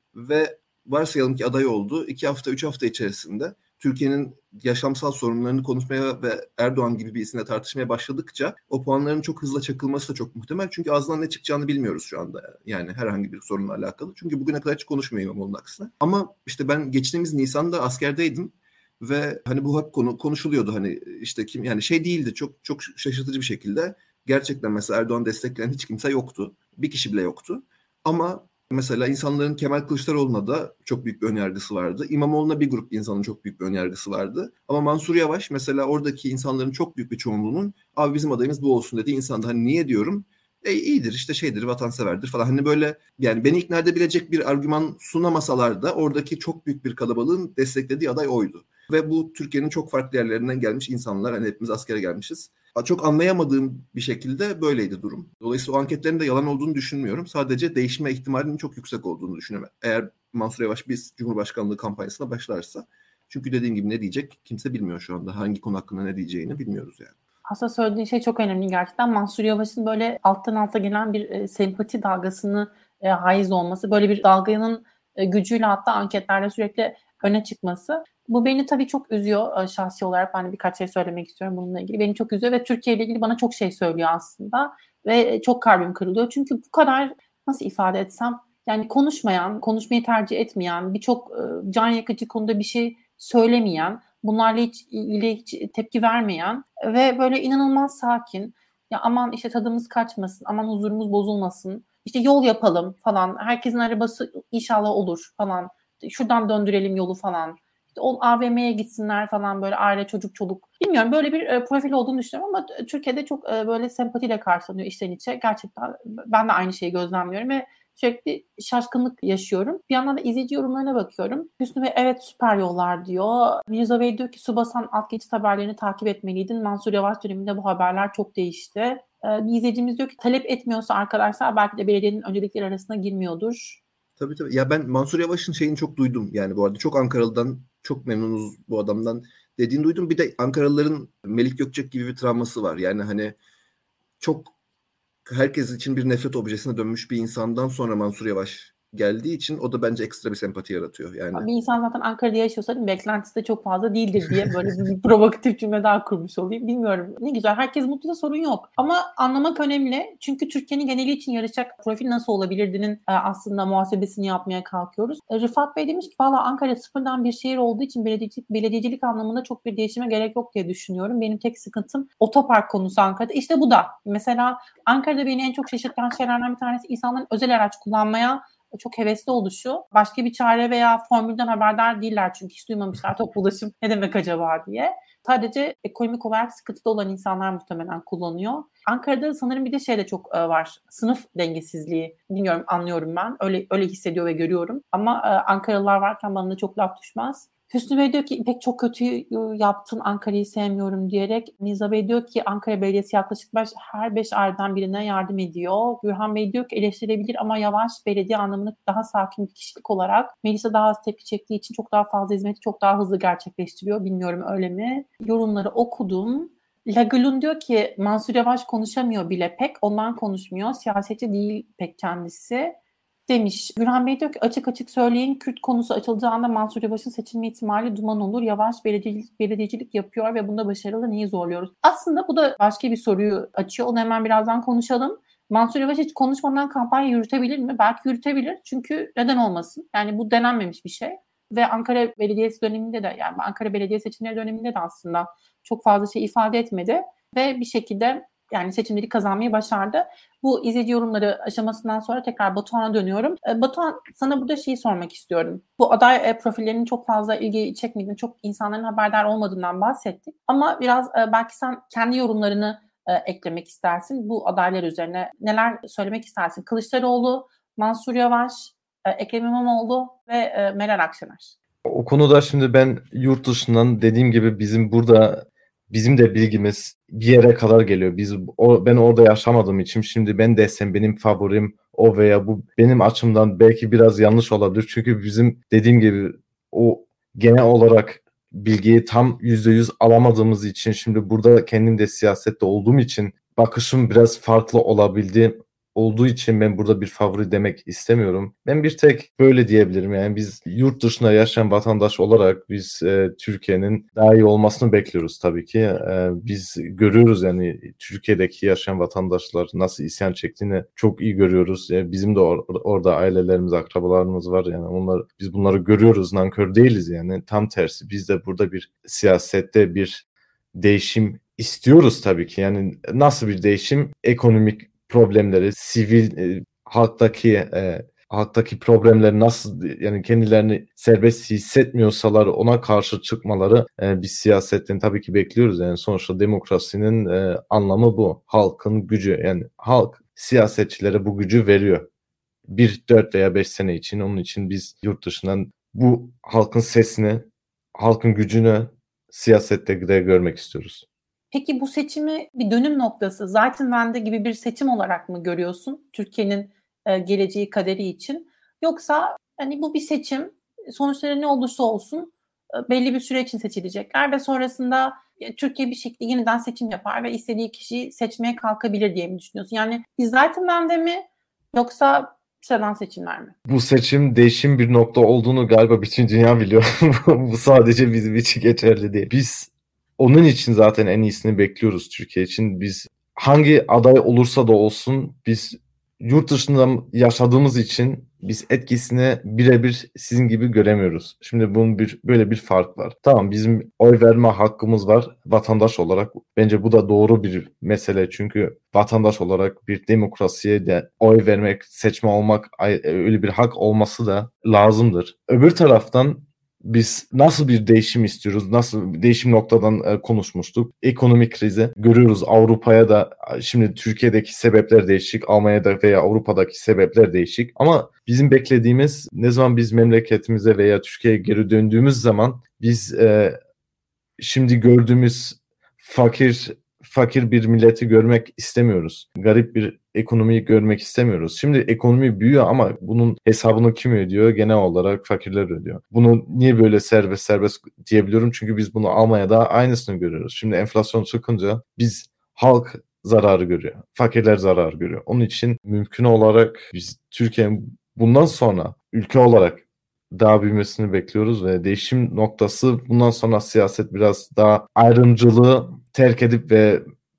ve varsayalım ki aday oldu. iki hafta, üç hafta içerisinde Türkiye'nin yaşamsal sorunlarını konuşmaya ve Erdoğan gibi bir isimle tartışmaya başladıkça o puanların çok hızlı çakılması da çok muhtemel. Çünkü ağzından ne çıkacağını bilmiyoruz şu anda. Yani herhangi bir sorunla alakalı. Çünkü bugüne kadar hiç konuşmuyor İmamoğlu'nun aksine. Ama işte ben geçtiğimiz Nisan'da askerdeydim. Ve hani bu hep konu konuşuluyordu hani işte kim yani şey değildi çok çok şaşırtıcı bir şekilde gerçekten mesela Erdoğan destekleyen hiç kimse yoktu. Bir kişi bile yoktu. Ama mesela insanların Kemal Kılıçdaroğlu'na da çok büyük bir önyargısı vardı. İmamoğlu'na bir grup insanın çok büyük bir önyargısı vardı. Ama Mansur Yavaş mesela oradaki insanların çok büyük bir çoğunluğunun abi bizim adayımız bu olsun dediği insanda hani niye diyorum? E iyidir işte şeydir vatanseverdir falan. Hani böyle yani beni ikna edebilecek bir argüman sunamasalar da oradaki çok büyük bir kalabalığın desteklediği aday oydu. Ve bu Türkiye'nin çok farklı yerlerinden gelmiş insanlar. Hani hepimiz askere gelmişiz. Çok anlayamadığım bir şekilde böyleydi durum. Dolayısıyla o anketlerin de yalan olduğunu düşünmüyorum. Sadece değişme ihtimalinin çok yüksek olduğunu düşünüyorum. Eğer Mansur Yavaş biz Cumhurbaşkanlığı kampanyasına başlarsa. Çünkü dediğim gibi ne diyecek kimse bilmiyor şu anda. Hangi konu hakkında ne diyeceğini bilmiyoruz yani. Aslında söylediğin şey çok önemli gerçekten. Mansur Yavaş'ın böyle alttan alta gelen bir e, sempati dalgasını e, haiz olması, böyle bir dalganın e, gücüyle hatta anketlerde sürekli öne çıkması. Bu beni tabii çok üzüyor e, şahsi olarak. Ben de birkaç şey söylemek istiyorum bununla ilgili. Beni çok üzüyor ve Türkiye ile ilgili bana çok şey söylüyor aslında. ve çok kalbim kırılıyor. Çünkü bu kadar, nasıl ifade etsem, yani konuşmayan, konuşmayı tercih etmeyen, birçok e, can yakıcı konuda bir şey söylemeyen, bunlarla hiç ilgili hiç tepki vermeyen ve böyle inanılmaz sakin. Ya aman işte tadımız kaçmasın, aman huzurumuz bozulmasın, işte yol yapalım falan, herkesin arabası inşallah olur falan, şuradan döndürelim yolu falan. İşte o A V M'ye gitsinler falan, böyle aile, çocuk, çoluk. Bilmiyorum, böyle bir e, profil olduğunu düşünüyorum ama Türkiye'de çok e, böyle sempatiyle karşılanıyor içten içe. Gerçekten ben de aynı şeyi gözlemliyorum ve sürekli şaşkınlık yaşıyorum. Bir yandan da izleyici yorumlarına bakıyorum. Hüsnü Bey evet süper yollar diyor. Mirza Bey diyor ki su basan alt geçit haberlerini takip etmeliydin. Mansur Yavaş döneminde bu haberler çok değişti. Ee, bir izleyicimiz diyor ki talep etmiyorsa arkadaşlar belki de belediyenin öncelikleri arasına girmiyordur. Tabii tabii. Ya ben Mansur Yavaş'ın şeyini çok duydum. Yani bu arada çok Ankaralı'dan çok memnunuz bu adamdan dediğini duydum. Bir de Ankaralıların Melik Gökçek gibi bir travması var. Yani hani çok herkes için bir nefret objesine dönmüş bir insandan sonra Mansur Yavaş geldiği için o da bence ekstra bir sempati yaratıyor. Yani Bir insan zaten Ankara'da yaşıyorsa beklentisi de çok fazla değildir diye böyle bir provokatif cümle daha kurmuş olayım. Bilmiyorum. Ne güzel. Herkes mutluysa sorun yok. Ama anlamak önemli. Çünkü Türkiye'nin geneli için yarışacak profil nasıl olabilirdiğinin aslında muhasebesini yapmaya kalkıyoruz. Rıfat Bey demiş ki valla Ankara sıfırdan bir şehir olduğu için belediyecilik, belediyecilik anlamında çok bir değişime gerek yok diye düşünüyorum. Benim tek sıkıntım otopark konusu Ankara'da. İşte bu da. Mesela Ankara'da beni en çok şaşırtan şeylerden bir tanesi insanların özel araç kullanmaya çok hevesli oluşu. Başka bir çare veya formülden haberdar değiller çünkü hiç duymamışlar toplu ulaşım ne demek acaba diye. Sadece ekonomik olarak sıkıntıda olan insanlar muhtemelen kullanıyor. Ankara'da sanırım bir de şey de çok var. Sınıf dengesizliği. Bilmiyorum, anlıyorum ben. Öyle öyle hissediyor ve görüyorum. Ama Ankaralılar varken bana da çok laf düşmez. Hüsnü Bey diyor ki İpek çok kötü yaptın, Ankara'yı sevmiyorum diyerek. Mirza Bey diyor ki Ankara Belediyesi yaklaşık beş, her beş aileden birine yardım ediyor. Gürhan Bey diyor ki eleştirebilir ama Yavaş belediye anlamında daha sakin bir kişilik olarak Melisa daha az tepki çektiği için çok daha fazla hizmeti çok daha hızlı gerçekleştiriyor. Bilmiyorum öyle mi? Yorumları okudum. Lagulun diyor ki Mansur Yavaş konuşamıyor bile pek. Ondan konuşmuyor. Siyasetçi değil pek kendisi. Demiş. Gürhan Bey diyor ki açık açık söyleyin Kürt konusu açıldığı anda Mansur Yavaş'ın seçilme ihtimali duman olur. Yavaş belediyecilik, belediyecilik yapıyor ve bunda başarılı, neyi zorluyoruz? Aslında bu da başka bir soruyu açıyor. Onu hemen birazdan konuşalım. Mansur Yavaş hiç konuşmadan kampanya yürütebilir mi? Belki yürütebilir. Çünkü neden olmasın? Yani bu denenmemiş bir şey. Ve Ankara Belediyesi döneminde de, yani Ankara Belediye seçimleri döneminde de aslında çok fazla şey ifade etmedi. Ve bir şekilde yani seçimleri kazanmayı başardı. Bu izleyici yorumları aşamasından sonra tekrar Batuhan'a dönüyorum. E, Batuhan, sana burada şeyi sormak istiyorum. Bu aday e, profillerinin çok fazla ilgi çekmediğini, çok insanların haberdar olmadığından bahsettik. Ama biraz e, belki sen kendi yorumlarını e, eklemek istersin. Bu adaylar üzerine neler söylemek istersin? Kılıçdaroğlu, Mansur Yavaş, e, Ekrem İmamoğlu ve e, Meral Akşener. O konuda şimdi ben yurt dışından dediğim gibi bizim burada bizim de bilgimiz bir yere kadar geliyor. Biz o, ben orada yaşamadığım için şimdi ben desem benim favorim o veya bu benim açımdan belki biraz yanlış olabilir. Çünkü bizim dediğim gibi o genel olarak bilgiyi tam yüzde yüz alamadığımız için şimdi burada kendim de siyasette olduğum için bakışım biraz farklı olabildi. Olduğu için ben burada bir favori demek istemiyorum. Ben bir tek böyle diyebilirim. Yani biz yurt dışında yaşayan vatandaş olarak biz e, Türkiye'nin daha iyi olmasını bekliyoruz tabii ki. E, biz görüyoruz yani Türkiye'deki yaşayan vatandaşlar nasıl isyan çektiğini çok iyi görüyoruz. Yani bizim de or- orada ailelerimiz, akrabalarımız var. Yani onlar biz bunları görüyoruz. Nankör değiliz yani. Tam tersi. Biz de burada bir siyasette bir değişim istiyoruz tabii ki. Yani nasıl bir değişim? Ekonomik problemleri, sivil e, halktaki e, halktaki problemleri nasıl yani kendilerini serbest hissetmiyorsalar ona karşı çıkmaları e, biz siyasetten tabii ki bekliyoruz. Yani sonuçta demokrasinin e, anlamı bu. Halkın gücü yani halk siyasetçilere bu gücü veriyor. Bir, dört veya beş sene için onun için biz yurt dışından bu halkın sesini, halkın gücünü siyasette de görmek istiyoruz. Peki bu seçimi bir dönüm noktası, Zeitenwende gibi bir seçim olarak mı görüyorsun Türkiye'nin e, geleceği, kaderi için? Yoksa hani bu bir seçim, sonuçları ne olursa olsun e, belli bir süre için seçilecekler ve sonrasında e, Türkiye bir şekilde yeniden seçim yapar ve istediği kişiyi seçmeye kalkabilir diye mi düşünüyorsun? Yani bir Zeitenwende mi yoksa sıradan seçimler mi? Bu seçim değişim bir nokta olduğunu galiba bütün dünya biliyor. Bu sadece bizim için geçerli değil. Biz onun için zaten en iyisini bekliyoruz Türkiye için. Biz hangi aday olursa da olsun biz yurt dışında yaşadığımız için biz etkisini birebir sizin gibi göremiyoruz. Şimdi bunun bir böyle bir fark var. Tamam, bizim oy verme hakkımız var vatandaş olarak. Bence bu da doğru bir mesele. Çünkü vatandaş olarak bir demokrasiye de oy vermek, seçme olmak, öyle bir hak olması da lazımdır. Öbür taraftan biz nasıl bir değişim istiyoruz? Nasıl değişim noktadan e, konuşmuştuk? Ekonomik krizi görüyoruz. Avrupa'ya da şimdi Türkiye'deki sebepler değişik, Almanya'da veya Avrupa'daki sebepler değişik. Ama bizim beklediğimiz, ne zaman biz memleketimize veya Türkiye'ye geri döndüğümüz zaman biz e, şimdi gördüğümüz fakir fakir bir milleti görmek istemiyoruz. Garip bir ekonomiyi görmek istemiyoruz. Şimdi ekonomi büyüyor ama bunun hesabını kim ödüyor? Genel olarak fakirler ödüyor. Bunu niye böyle serbest serbest diyebiliyorum? Çünkü biz bunu Almanya'da aynısını görüyoruz. Şimdi enflasyon çıkınca biz halk zararı görüyor. Fakirler zarar görüyor. Onun için mümkün olarak biz Türkiye'nin bundan sonra ülke olarak daha büyümesini bekliyoruz ve değişim noktası bundan sonra siyaset biraz daha ayrımcılığı terk edip ve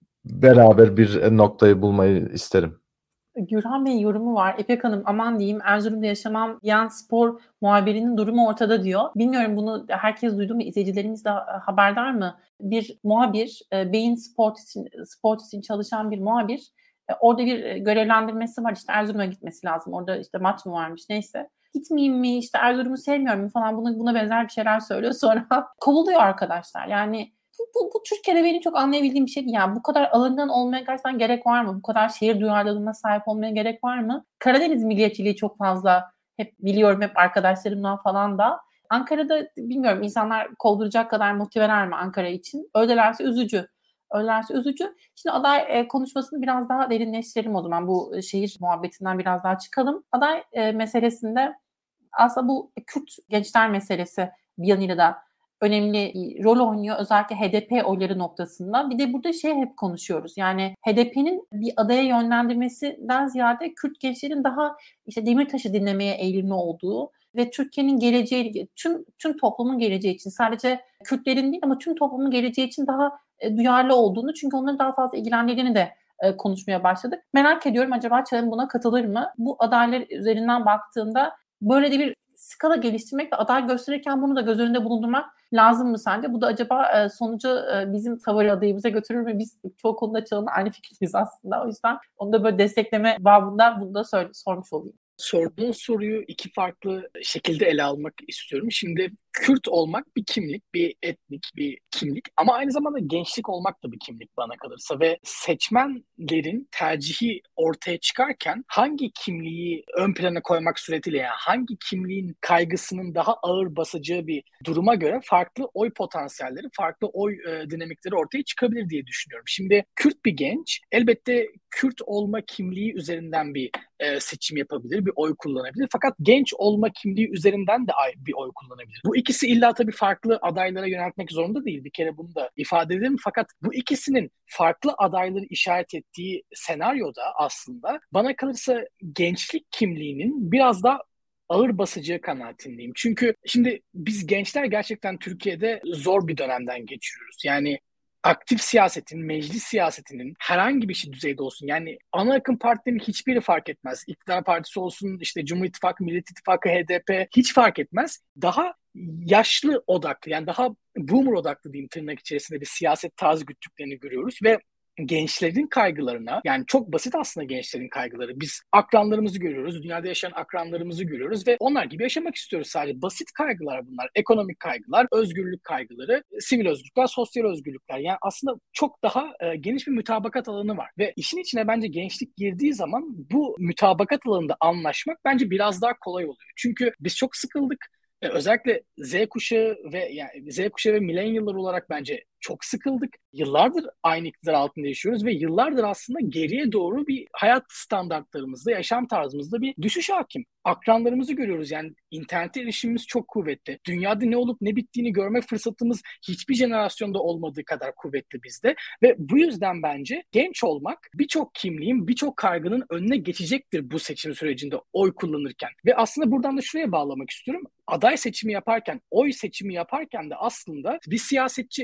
beraber bir noktayı bulmayı isterim. Gürhan Bey'in yorumu var. İpek Hanım, aman diyeyim Erzurum'da yaşamam diyen spor muhabirinin durumu ortada diyor. Bilmiyorum, bunu herkes duydu mu? İzleyicilerimiz de haberdar mı? Bir muhabir, Bein Sport için, Sport için çalışan bir muhabir. Orada bir görevlendirmesi var. İşte Erzurum'a gitmesi lazım. Orada işte maç mı varmış, neyse. Gitmeyeyim mi, işte Erzurum'u sevmiyorum mu falan, buna, buna benzer bir şeyler söylüyor. Sonra kovuluyor arkadaşlar. Yani bu, bu, bu Türkiye'de benim çok anlayabildiğim bir şey değil. Yani bu kadar alıngan olmaya gerçekten gerek var mı? Bu kadar şehir duyarlılığına sahip olmaya gerek var mı? Karadeniz milliyetçiliği çok fazla, hep biliyorum, hep arkadaşlarımdan falan da. Ankara'da bilmiyorum, insanlar kovduracak kadar motiveler mi Ankara için? Öylelerse üzücü. Öylelerse üzücü. Şimdi aday e, konuşmasını biraz daha derinleştirelim o zaman. Bu e, şehir muhabbetinden biraz daha çıkalım. Aday e, meselesinde aslında bu Kürt gençler meselesi bir yanıyla da önemli rol oynuyor. Özellikle H D P oyları noktasında. Bir de burada şey hep konuşuyoruz. Yani H D P'nin bir adaya yönlendirmesinden ziyade Kürt gençlerin daha işte Demirtaş'ı dinlemeye eğilimli olduğu ve Türkiye'nin geleceği, tüm tüm toplumun geleceği için, sadece Kürtlerin değil ama tüm toplumun geleceği için daha e, duyarlı olduğunu, çünkü onların daha fazla ilgilendiğini de e, konuşmaya başladık. Merak ediyorum, acaba Çağın buna katılır mı? Bu adaylar üzerinden baktığında böyle de bir skala geliştirmek ve aday gösterirken bunu da göz önünde bulundurmak lazım mı sence? Bu da acaba e, sonucu e, bizim favori adayımıza götürür mü? Biz çoğu konuda Çağın'la aynı fikirdeyiz aslında. O yüzden onu da böyle destekleme babından bunu da söyle, sormuş olayım. Sorduğun soruyu iki farklı şekilde ele almak istiyorum. Şimdi Kürt olmak bir kimlik, bir etnik bir kimlik ama aynı zamanda gençlik olmak da bir kimlik bana kalırsa ve seçmenlerin tercihi ortaya çıkarken hangi kimliği ön plana koymak suretiyle, yani hangi kimliğin kaygısının daha ağır basacağı bir duruma göre farklı oy potansiyelleri, farklı oy e, dinamikleri ortaya çıkabilir diye düşünüyorum. Şimdi Kürt bir genç elbette Kürt olma kimliği üzerinden bir e, seçim yapabilir, bir oy kullanabilir. Fakat genç olma kimliği üzerinden de bir oy kullanabilir. Bu ikisi illa tabii farklı adaylara yöneltmek zorunda değil. Bir kere bunu da ifade edelim. Fakat bu ikisinin farklı adayları işaret ettiği senaryoda aslında bana kalırsa gençlik kimliğinin biraz daha ağır basacağı kanaatindeyim. Çünkü şimdi biz gençler gerçekten Türkiye'de zor bir dönemden geçiriyoruz. Yani aktif siyasetin, meclis siyasetinin herhangi bir şey düzeyde olsun. Yani ana akım partilerin hiçbiri fark etmez. İktidar partisi olsun, işte Cumhur İttifakı, Millet İttifakı, H D P hiç fark etmez. Daha yaşlı odaklı, yani daha boomer odaklı diyeyim tırnak içerisinde bir siyaset tarzı güttüklerini görüyoruz ve gençlerin kaygılarına, yani çok basit aslında gençlerin kaygıları. Biz akranlarımızı görüyoruz, dünyada yaşayan akranlarımızı görüyoruz ve onlar gibi yaşamak istiyoruz sadece. Basit kaygılar bunlar. Ekonomik kaygılar, özgürlük kaygıları, sivil özgürlükler, sosyal özgürlükler. Yani aslında çok daha e, geniş bir mütabakat alanı var. Ve işin içine bence gençlik girdiği zaman bu mütabakat alanında anlaşmak bence biraz daha kolay oluyor. Çünkü biz çok sıkıldık. Özellikle Z kuşağı ve yani Z kuşağı ve millennial'lar olarak bence çok sıkıldık. Yıllardır aynı iktidar altında yaşıyoruz ve yıllardır aslında geriye doğru bir hayat standartlarımızda, yaşam tarzımızda bir düşüş hakim. Akranlarımızı görüyoruz, yani internete erişimimiz çok kuvvetli. Dünyada ne olup ne bittiğini görme fırsatımız hiçbir jenerasyonda olmadığı kadar kuvvetli bizde ve bu yüzden bence genç olmak birçok kimliğin, birçok kaygının önüne geçecektir bu seçim sürecinde oy kullanırken. Ve aslında buradan da şuraya bağlamak istiyorum. Aday seçimi yaparken, oy seçimi yaparken de aslında bir siyasetçi gerçekten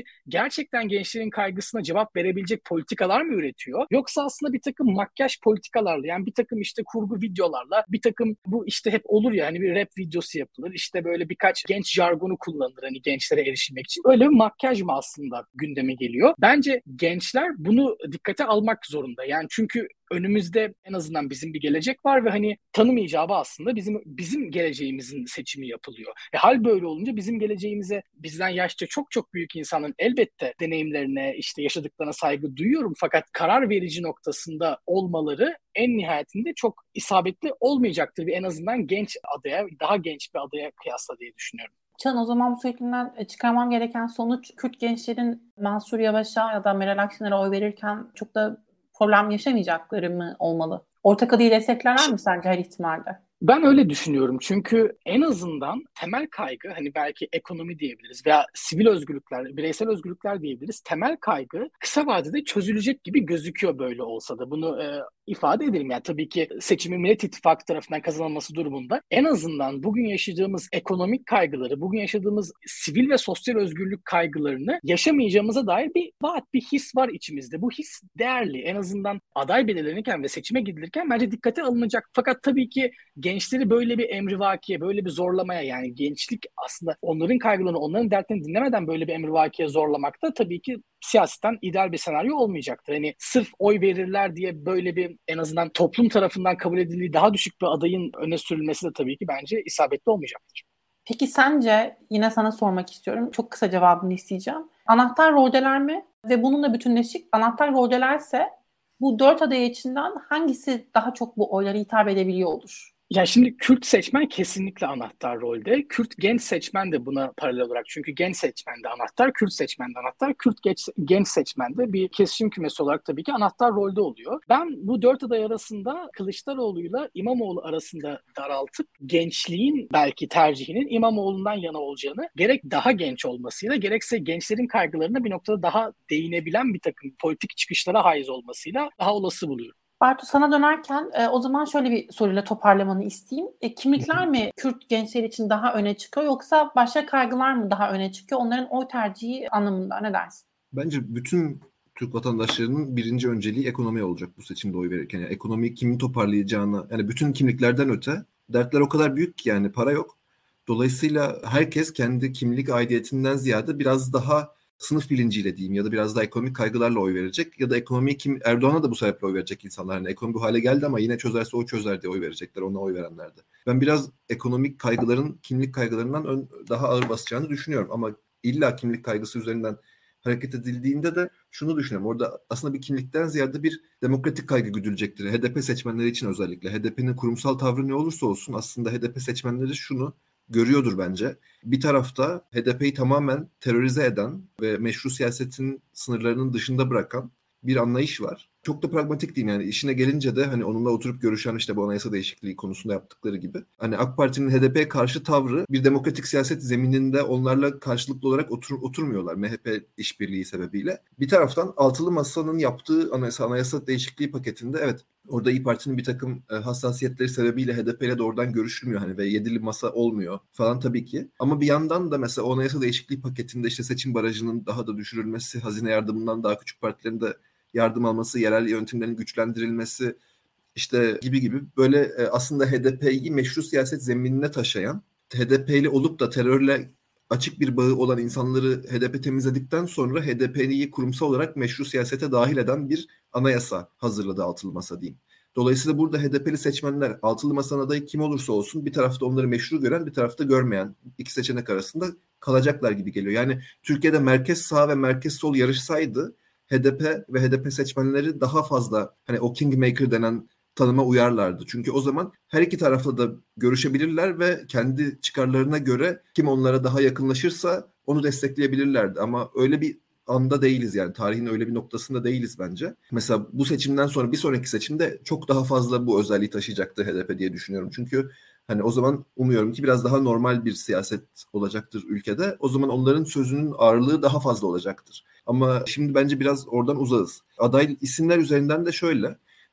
gerçekten gençlerin kaygısına cevap verebilecek politikalar mı üretiyor? Yoksa aslında bir takım makyaj politikalarla, yani bir takım işte kurgu videolarla, bir takım bu işte hep olur ya hani bir rap videosu yapılır. İşte böyle birkaç genç jargonu kullanılır hani gençlere erişmek için. Öyle bir makyaj mı aslında gündeme geliyor? Bence gençler bunu dikkate almak zorunda. Yani çünkü önümüzde en azından bizim bir gelecek var ve hani tanım icabı aslında bizim bizim geleceğimizin seçimi yapılıyor. E, hal böyle olunca bizim geleceğimize bizden yaşça çok çok büyük insanların elbette deneyimlerine, işte yaşadıklarına saygı duyuyorum. Fakat karar verici noktasında olmaları en nihayetinde çok isabetli olmayacaktır. Bir en azından genç adaya, daha genç bir adaya kıyasla diye düşünüyorum. Can, o zaman bu söylediğinden çıkarmam gereken sonuç Kürt gençlerin Mansur Yavaş'a ya da Meral Akşener'e oy verirken çok da problem yaşamayacakları mı olmalı? Ortak adayı desteklerler mi sence her ihtimalde? Ben öyle düşünüyorum çünkü en azından temel kaygı hani belki ekonomi diyebiliriz veya sivil özgürlükler, bireysel özgürlükler diyebiliriz. Temel kaygı kısa vadede çözülecek gibi gözüküyor böyle olsa da bunu e, ifade edelim. Yani tabii ki seçimin Millet İttifakı tarafından kazanılması durumunda en azından bugün yaşadığımız ekonomik kaygıları, bugün yaşadığımız sivil ve sosyal özgürlük kaygılarını yaşamayacağımıza dair bir vaat, bir his var içimizde. Bu his değerli. En azından aday belirlenirken ve seçime gidilirken bence dikkate alınacak. Fakat tabii ki gençleri böyle bir emrivakiye, böyle bir zorlamaya, yani gençlik aslında onların kaygılarını, onların dertlerini dinlemeden böyle bir emrivakiye zorlamak da tabii ki siyasetten ideal bir senaryo olmayacaktır. Hani sırf oy verirler diye böyle bir en azından toplum tarafından kabul edildiği daha düşük bir adayın öne sürülmesi de tabii ki bence isabetli olmayacaktır. Peki sence, yine sana sormak istiyorum, çok kısa cevabını isteyeceğim. Anahtar roldeler mi? Ve bununla bütünleşik anahtar roldelerse bu dört aday içinden hangisi daha çok bu oylara hitap edebiliyor olur? Ya şimdi Kürt seçmen kesinlikle anahtar rolde. Kürt genç seçmen de buna paralel olarak. Çünkü genç seçmen de anahtar, Kürt seçmen de anahtar. Kürt genç, genç seçmen de bir kesişim kümesi olarak tabii ki anahtar rolde oluyor. Ben bu dört aday arasında Kılıçdaroğlu'yla İmamoğlu arasında daraltıp gençliğin belki tercihinin İmamoğlu'ndan yana olacağını, gerek daha genç olmasıyla gerekse gençlerin kaygılarına bir noktada daha değinebilen bir takım politik çıkışlara haiz olmasıyla daha olası buluyorum. Bartu, sana dönerken e, o zaman şöyle bir soruyla toparlamanı isteyeyim. E, kimlikler mi Kürt gençler için daha öne çıkıyor yoksa başka kaygılar mı daha öne çıkıyor? Onların oy tercihi anlamında ne dersin? Bence bütün Türk vatandaşlarının birinci önceliği ekonomi olacak bu seçimde oy verirken. Yani ekonomiyi kimin toparlayacağına, yani bütün kimliklerden öte dertler o kadar büyük ki yani para yok. Dolayısıyla herkes kendi kimlik aidiyetinden ziyade biraz daha sınıf bilinciyle diyeyim ya da biraz daha ekonomik kaygılarla oy verecek ya da ekonomiyi kim Erdoğan'a da bu sebeple oy verecek insanlar. Yani ekonomi bu hale geldi ama yine çözerse o çözer diye oy verecekler, ona oy verenler de. Ben biraz ekonomik kaygıların kimlik kaygılarından ön, daha ağır basacağını düşünüyorum ama illa kimlik kaygısı üzerinden hareket edildiğinde de şunu düşünüyorum. Orada aslında bir kimlikten ziyade bir demokratik kaygı güdülecektir. H D P seçmenleri için özellikle. H D P'nin kurumsal tavrı ne olursa olsun aslında H D P seçmenleri şunu görüyordur bence. Bir tarafta H D P'yi tamamen terörize eden ve meşru siyasetin sınırlarının dışında bırakan bir anlayış var. Çok da pragmatik diyeyim yani işine gelince de hani onunla oturup görüşen işte bu anayasa değişikliği konusunda yaptıkları gibi. Hani AK Parti'nin H D P'ye karşı tavrı bir demokratik siyaset zemininde onlarla karşılıklı olarak otur, oturmuyorlar M H P işbirliği sebebiyle. Bir taraftan Altılı Masa'nın yaptığı anayasa, anayasa değişikliği paketinde evet orada İYİ Parti'nin bir takım e, hassasiyetleri sebebiyle H D P ile doğrudan görüşülmüyor hani ve yedili masa olmuyor falan tabii ki. Ama bir yandan da mesela o anayasa değişikliği paketinde işte seçim barajının daha da düşürülmesi, hazine yardımından daha küçük partilerin de yardım alması, yerel yönetimlerin güçlendirilmesi işte gibi gibi böyle e, aslında H D P'yi meşru siyaset zeminine taşıyan, H D P'li olup da terörle açık bir bağı olan insanları H D P temizledikten sonra H D P'yi kurumsal olarak meşru siyasete dahil eden bir anayasa hazırladı Altılı Masa diyeyim. Dolayısıyla burada H D P'li seçmenler Altılı Masa'nın adayı kim olursa olsun bir tarafta onları meşru gören bir tarafta görmeyen iki seçenek arasında kalacaklar gibi geliyor. Yani Türkiye'de merkez sağ ve merkez sol yarışsaydı H D P ve H D P seçmenleri daha fazla hani o kingmaker denen tanıma uyarlardı. Çünkü o zaman her iki tarafla da görüşebilirler ve kendi çıkarlarına göre kim onlara daha yakınlaşırsa onu destekleyebilirlerdi. Ama öyle bir anda değiliz yani tarihin öyle bir noktasında değiliz bence. Mesela bu seçimden sonra bir sonraki seçimde çok daha fazla bu özelliği taşıyacaktır H D P diye düşünüyorum. Çünkü hani o zaman umuyorum ki biraz daha normal bir siyaset olacaktır ülkede. O zaman onların sözünün ağırlığı daha fazla olacaktır. Ama şimdi bence biraz oradan uzağız. Aday isimler üzerinden de şöyle.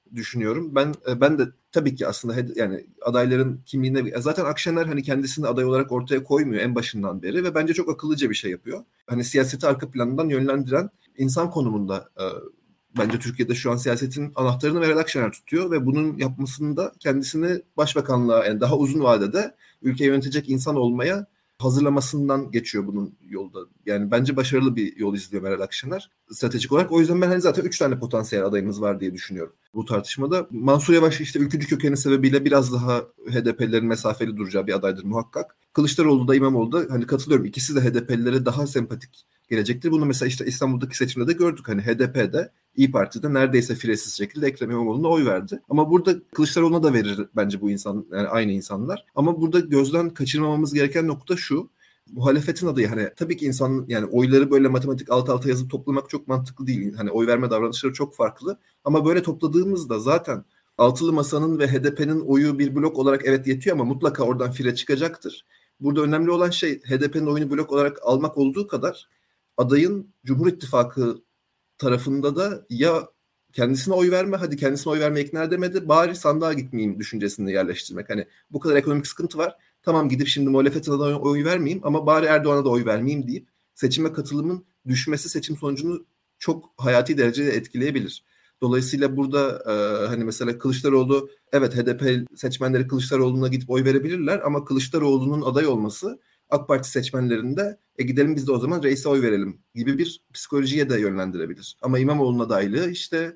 düşünüyorum. Ben ben de tabii ki aslında yani adayların kimliğine zaten Akşener hani kendisini aday olarak ortaya koymuyor en başından beri ve bence çok akıllıca bir şey yapıyor. Hani siyaseti arka planından yönlendiren insan konumunda e, bence Türkiye'de şu an siyasetin anahtarını Meral Akşener tutuyor ve bunun yapmasında kendisini başbakanlığa yani daha uzun vadede ülkeyi yönetecek insan olmaya hazırlamasından geçiyor bunun yolda. Yani bence başarılı bir yol izliyor Meral Akşener stratejik olarak. O yüzden ben hani zaten üç tane potansiyel adayımız var diye düşünüyorum bu tartışmada. Mansur Yavaş işte ülkücü kökeni sebebiyle biraz daha H D P'lilerin mesafeli duracağı bir adaydır muhakkak. Kılıçdaroğlu da İmamoğlu da hani katılıyorum. İkisi de H D P'lilere daha sempatik gelecektir. Bunu mesela işte İstanbul'daki seçimde de gördük. Hani H D P'de İYİ Parti'de neredeyse firesiz şekilde Ekrem İmamoğlu'na oy verdi. Ama burada Kılıçdaroğlu'na da verir bence bu insan, yani aynı insanlar. Ama burada gözden kaçırmamamız gereken nokta şu. Muhalefetin adayı hani tabii ki insan yani oyları böyle matematik alt alta yazıp toplamak çok mantıklı değil. Hani oy verme davranışları çok farklı. Ama böyle topladığımızda zaten Altılı Masa'nın ve H D P'nin oyu bir blok olarak evet yetiyor ama mutlaka oradan fire çıkacaktır. Burada önemli olan şey H D P'nin oyunu blok olarak almak olduğu kadar adayın Cumhur İttifakı tarafında da ya kendisine oy verme, hadi kendisine oy vermeye ikna edemedi, bari sandığa gitmeyeyim düşüncesini yerleştirmek. Hani bu kadar ekonomik sıkıntı var. Tamam gidip şimdi muhalefete de oy vermeyeyim ama bari Erdoğan'a da oy vermeyeyim deyip seçime katılımın düşmesi seçim sonucunu çok hayati derecede etkileyebilir. Dolayısıyla burada e, hani mesela Kılıçdaroğlu evet H D P seçmenleri Kılıçdaroğlu'na gidip oy verebilirler ama Kılıçdaroğlu'nun aday olması AK Parti seçmenlerinde e gidelim biz de o zaman reise oy verelim gibi bir psikolojiye de yönlendirebilir. Ama İmamoğlu'nun adaylığı işte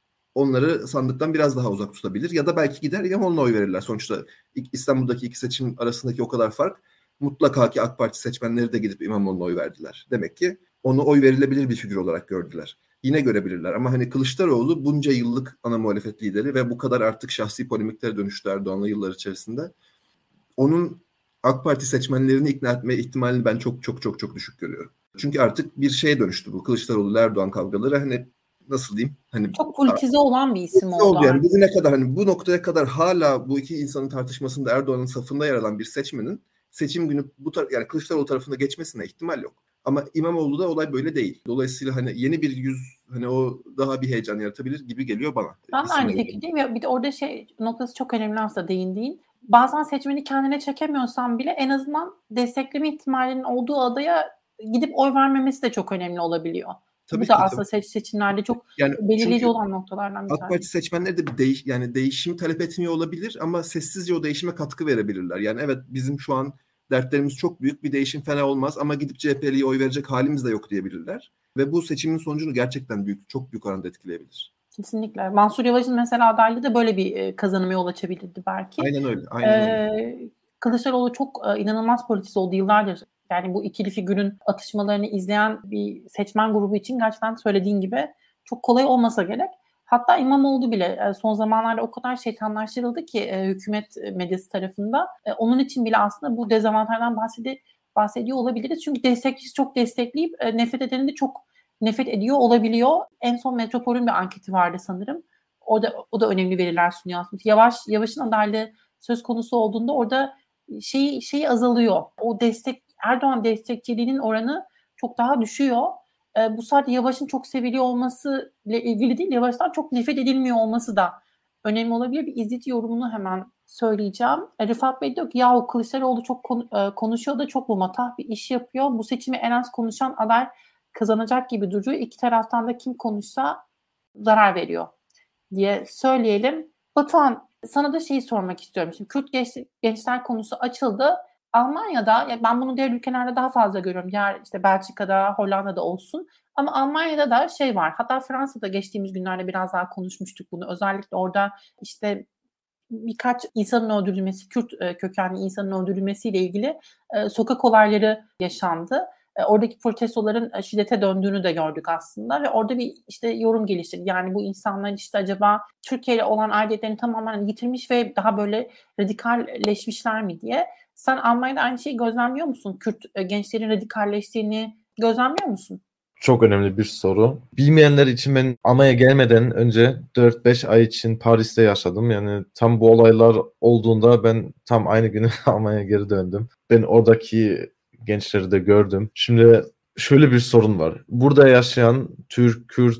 onları sandıktan biraz daha uzak tutabilir. Ya da belki gider İmamoğlu'na oy verirler. Sonuçta İstanbul'daki iki seçim arasındaki o kadar fark mutlaka ki AK Parti seçmenleri de gidip İmamoğlu'na oy verdiler. Demek ki onu oy verilebilir bir figür olarak gördüler. Yine görebilirler ama hani Kılıçdaroğlu bunca yıllık ana muhalefet lideri ve bu kadar artık şahsi polemiklere dönüştü Erdoğan'la yıllar içerisinde. Onun AK Parti seçmenlerini ikna etme ihtimalini ben çok çok çok çok düşük görüyorum. Çünkü artık bir şeye dönüştü bu Kılıçdaroğlu Erdoğan kavgaları. Hani nasıl diyeyim? Hani çok politize olan bir isim oldu. oldu. Yani bugüne kadar hani bu noktaya kadar hala bu iki insanın tartışmasında Erdoğan'ın safında yer alan bir seçmenin seçim günü bu tar- yani Kılıçdaroğlu tarafında geçmesine ihtimal yok. Ama İmamoğlu'da olay böyle değil. Dolayısıyla hani yeni bir yüz hani o daha bir heyecan yaratabilir gibi geliyor bana. Ben de aynı fikirdeyim ve bir de orada şey noktası çok önemli aslında değindiğin. Bazen seçmeni kendine çekemiyorsan bile en azından destekleme ihtimalinin olduğu adaya gidip oy vermemesi de çok önemli olabiliyor. Tabii Bu ki, da aslında tabii. seç seçimlerde çok yani belirleyici olan noktalardan bir tanesi. AK Parti seçmenleri de bir değiş yani değişim talep etmiyor olabilir ama sessizce o değişime katkı verebilirler. Yani evet bizim şu an dertlerimiz çok büyük, bir değişim fena olmaz ama gidip C H P'liye oy verecek halimiz de yok diyebilirler. Ve bu seçimin sonucunu gerçekten büyük, çok büyük oranda etkileyebilir. Kesinlikle. Mansur Yavaş'ın mesela adaylığı da böyle bir kazanıma yol açabilirdi belki. Aynen öyle. Aynen öyle. Ee, Kılıçdaroğlu çok inanılmaz politize oldu yıllardır. Yani bu ikili figürün atışmalarını izleyen bir seçmen grubu için gerçekten söylediğin gibi çok kolay olmasa gerek. Hatta İmamoğlu bile son zamanlarda o kadar şeytanlaştırıldı ki e, hükümet medyası tarafında. E, onun için bile aslında bu dezavantajdan bahsedi, bahsediyor olabiliriz. Çünkü destekçisi çok destekleyip e, nefret edeni de çok nefret ediyor olabiliyor. En son Metropol'ün bir anketi vardı sanırım. Orada o da önemli veriler sunuyor aslında. Yavaş Yavaş'ın adaylığı söz konusu olduğunda orada şeyi şeyi azalıyor. O destek Erdoğan destekçiliğinin oranı çok daha düşüyor. E, bu sadece Yavaş'ın çok seviliyor olması ile ilgili değil, Yavaş'tan çok nefret edilmiyor olması da önemli olabilir. Bir izleyici yorumunu hemen söyleyeceğim. E, Rıfat Bey diyor ki yahu Kılıçdaroğlu çok konu, e, konuşuyor da çok mu matah bir iş yapıyor. Bu seçimi en az konuşan aday kazanacak gibi duruyor. İki taraftan da kim konuşsa zarar veriyor diye söyleyelim. Batuhan, sana da şeyi sormak istiyorum. Şimdi Kürt genç, gençler konusu açıldı. Almanya'da, yani ben bunu diğer ülkelerde daha fazla görüyorum. Diğer işte Belçika'da, Hollanda'da olsun. Ama Almanya'da da şey var. Hatta Fransa'da geçtiğimiz günlerde biraz daha konuşmuştuk bunu. Özellikle orada işte birkaç insanın öldürülmesi, Kürt kökenli insanın öldürülmesiyle ilgili e, sokak olayları yaşandı. E, oradaki protestoların şiddete döndüğünü de gördük aslında ve orada bir işte yorum gelişti. Yani bu insanlar işte acaba Türkiye ile olan aidiyetlerini tamamen yitirmiş ve daha böyle radikalleşmişler mi diye. Sen Almanya'da aynı şeyi gözlemliyor musun? Kürt gençlerin radikalleştiğini gözlemliyor musun? Çok önemli bir soru. Bilmeyenler için ben Almanya'ya gelmeden önce dört beş ay için Paris'te yaşadım. Yani tam bu olaylar olduğunda ben tam aynı günü Almanya'ya geri döndüm. Ben oradaki gençleri de gördüm. Şimdi şöyle bir sorun var. Burada yaşayan Türk, Kürt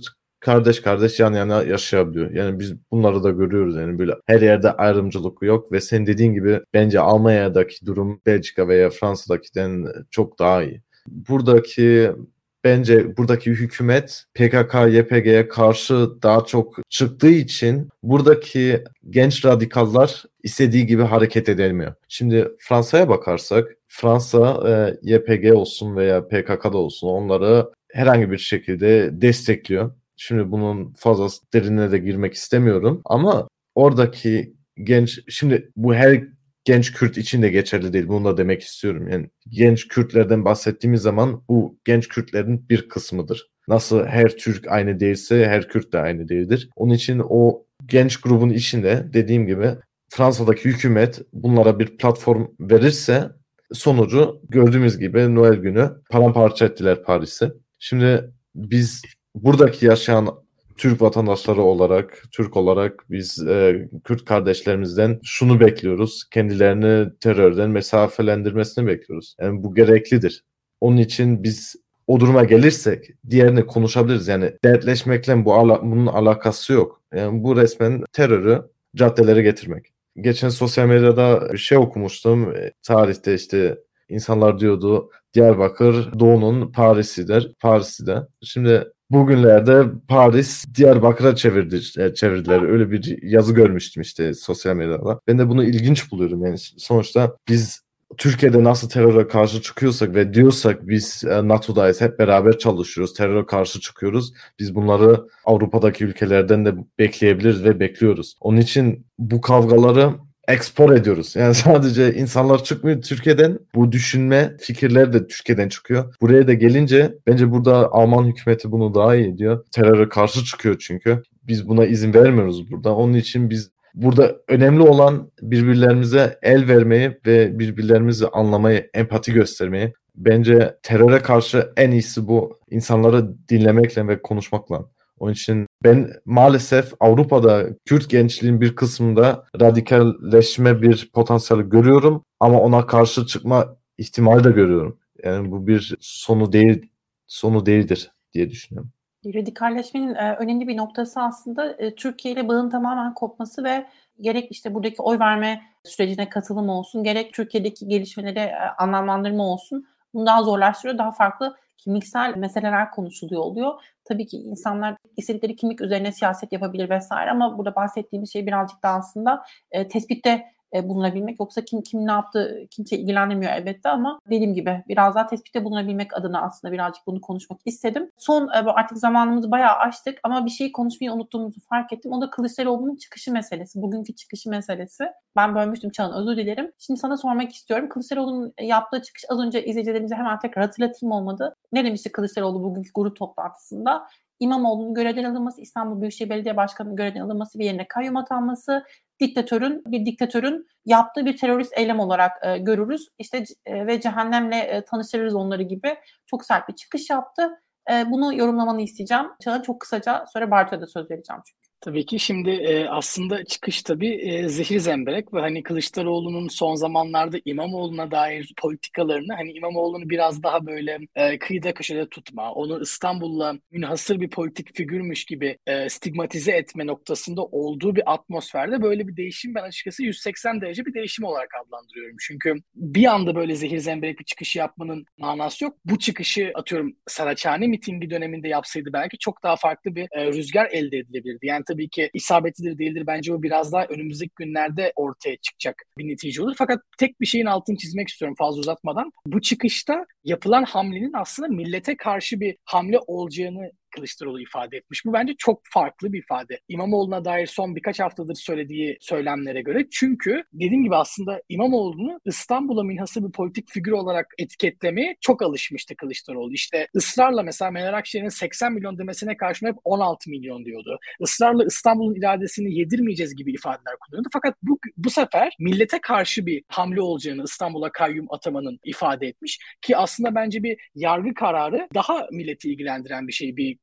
kardeş kardeş yan yana yaşayabiliyor. Yani biz bunları da görüyoruz. Yani böyle her yerde ayrımcılık yok ve sen dediğin gibi bence Almanya'daki durum Belçika veya Fransa'dakinden çok daha iyi. Buradaki Bence buradaki hükümet P K K Y P G'ye karşı daha çok çıktığı için buradaki genç radikallar istediği gibi hareket edemiyor. Şimdi Fransa'ya bakarsak Fransa e, Y P G olsun veya P K K'da olsun onları herhangi bir şekilde destekliyor. Şimdi bunun fazla derinine de girmek istemiyorum ama oradaki genç, şimdi bu her genç Kürt için de geçerli değil. Bunu da demek istiyorum. Yani genç Kürtlerden bahsettiğimiz zaman bu genç Kürtlerin bir kısmıdır. Nasıl her Türk aynı değilse her Kürt de aynı değildir. Onun için o genç grubun içinde dediğim gibi Fransa'daki hükümet bunlara bir platform verirse sonucu gördüğümüz gibi Noel günü paramparça ettiler Paris'i. Şimdi biz buradaki yaşayan Türk vatandaşları olarak, Türk olarak biz e, Kürt kardeşlerimizden şunu bekliyoruz. Kendilerini terörden mesafelendirmesini bekliyoruz. Yani bu gereklidir. Onun için biz o duruma gelirsek diğerini konuşabiliriz. Yani dertleşmekle bu ala, bunun alakası yok. Yani bu resmen terörü caddelere getirmek. Geçen sosyal medyada bir şey okumuştum. E, tarihte işte insanlar diyordu Diyarbakır Doğu'nun Paris'idir. Paris'idir. Şimdi bugünlerde Paris Diyarbakır'a çevirdi, çevirdiler. Öyle bir yazı görmüştüm işte sosyal medyada. Ben de bunu ilginç buluyorum. Yani sonuçta biz Türkiye'de nasıl teröre karşı çıkıyorsak ve diyorsak biz NATO'dayız, hep beraber çalışıyoruz, teröre karşı çıkıyoruz. Biz bunları Avrupa'daki ülkelerden de bekleyebiliriz ve bekliyoruz. Onun için bu kavgaları export ediyoruz. Yani sadece insanlar çıkmıyor Türkiye'den. Bu düşünme, fikirler de Türkiye'den çıkıyor. Buraya da gelince bence burada Alman hükümeti bunu daha iyi ediyor. Teröre karşı çıkıyor çünkü. Biz buna izin vermiyoruz burada. Onun için biz burada önemli olan birbirlerimize el vermeyi ve birbirlerimizi anlamayı, empati göstermeyi. Bence teröre karşı en iyisi bu. İnsanları dinlemekle ve konuşmakla. Onun için ben maalesef Avrupa'da Kürt gençliğin bir kısmında radikalleşme bir potansiyeli görüyorum ama ona karşı çıkma ihtimali de görüyorum. Yani bu bir sonu değil, sonu değildir diye düşünüyorum. Radikalleşmenin e, önemli bir noktası aslında e, Türkiye ile bağın tamamen kopması ve gerek işte buradaki oy verme sürecine katılım olsun, gerek Türkiye'deki gelişmeleri e, anlamlandırma olsun. Bunu daha zorlaştırıyor, daha farklı kimliksel meseleler konuşuluyor oluyor. Tabii ki insanlar istedikleri kimlik üzerine siyaset yapabilir vesaire ama burada bahsettiğimiz şey birazcık daha aslında e, tespitte e, bulunabilmek. Yoksa kim kim ne yaptı kimse ilgilenmiyor elbette ama dediğim gibi biraz daha tespitte bulunabilmek adına aslında birazcık bunu konuşmak istedim. Son e, artık zamanımızı bayağı aştık ama bir şeyi konuşmayı unuttuğumuzu fark ettim. O da Kılıçdaroğlu'nun çıkışı meselesi. Bugünkü çıkışı meselesi. Ben bölmüştüm Çağan, özür dilerim. Şimdi sana sormak istiyorum. Kılıçdaroğlu'nun yaptığı çıkış az önce izleyicilerimize hemen tekrar hatırlatayım olmadı. Ne demişti Kılıçdaroğlu bugünkü grup toplantısında? İmamoğlu'nun görevden alınması, İstanbul Büyükşehir Belediye Başkanı'nın görevden alınması ve yerine kayyum atanması diktatörün bir diktatörün yaptığı bir terörist eylem olarak e, görürüz. İşte e, ve cehennemle e, tanıştırırız onları gibi çok sert bir çıkış yaptı. E, bunu yorumlamanı isteyeceğim. Çağan çok kısaca sonra Bartu'ya da söz vereceğim çünkü. Tabii ki şimdi e, aslında çıkış tabii e, zehir zemberek ve hani Kılıçdaroğlu'nun son zamanlarda İmamoğlu'na dair politikalarını hani İmamoğlu'nu biraz daha böyle e, kıyıda köşede tutma, onu İstanbul'la münhasır bir politik figürmüş gibi e, stigmatize etme noktasında olduğu bir atmosferde böyle bir değişim ben açıkçası yüz seksen derece bir değişim olarak adlandırıyorum. Çünkü bir anda böyle zehir zemberek bir çıkış yapmanın manası yok. Bu çıkışı atıyorum Saraçhane mitingi döneminde yapsaydı belki çok daha farklı bir e, rüzgar elde edilebilirdi. Yani tabii ki isabetlidir değildir bence o biraz daha önümüzdeki günlerde ortaya çıkacak bir netice olur. Fakat tek bir şeyin altını çizmek istiyorum fazla uzatmadan. Bu çıkışta yapılan hamlenin aslında millete karşı bir hamle olacağını Kılıçdaroğlu ifade etmiş. Bu bence çok farklı bir ifade. İmamoğlu'na dair son birkaç haftadır söylediği söylemlere göre. Çünkü dediğim gibi aslında İmamoğlu'nu İstanbul'a münhasır bir politik figür olarak etiketlemeye çok alışmıştı Kılıçdaroğlu. İşte ısrarla mesela Meral Akşener'in seksen milyon demesine karşın hep on altı milyon diyordu. Israrla İstanbul'un iradesini yedirmeyeceğiz gibi ifadeler kullanıyordu. Fakat bu, bu sefer millete karşı bir hamle olacağını İstanbul'a kayyum atamanın ifade etmiş. Ki aslında bence bir yargı kararı daha milleti ilgilendiren bir şey. Bir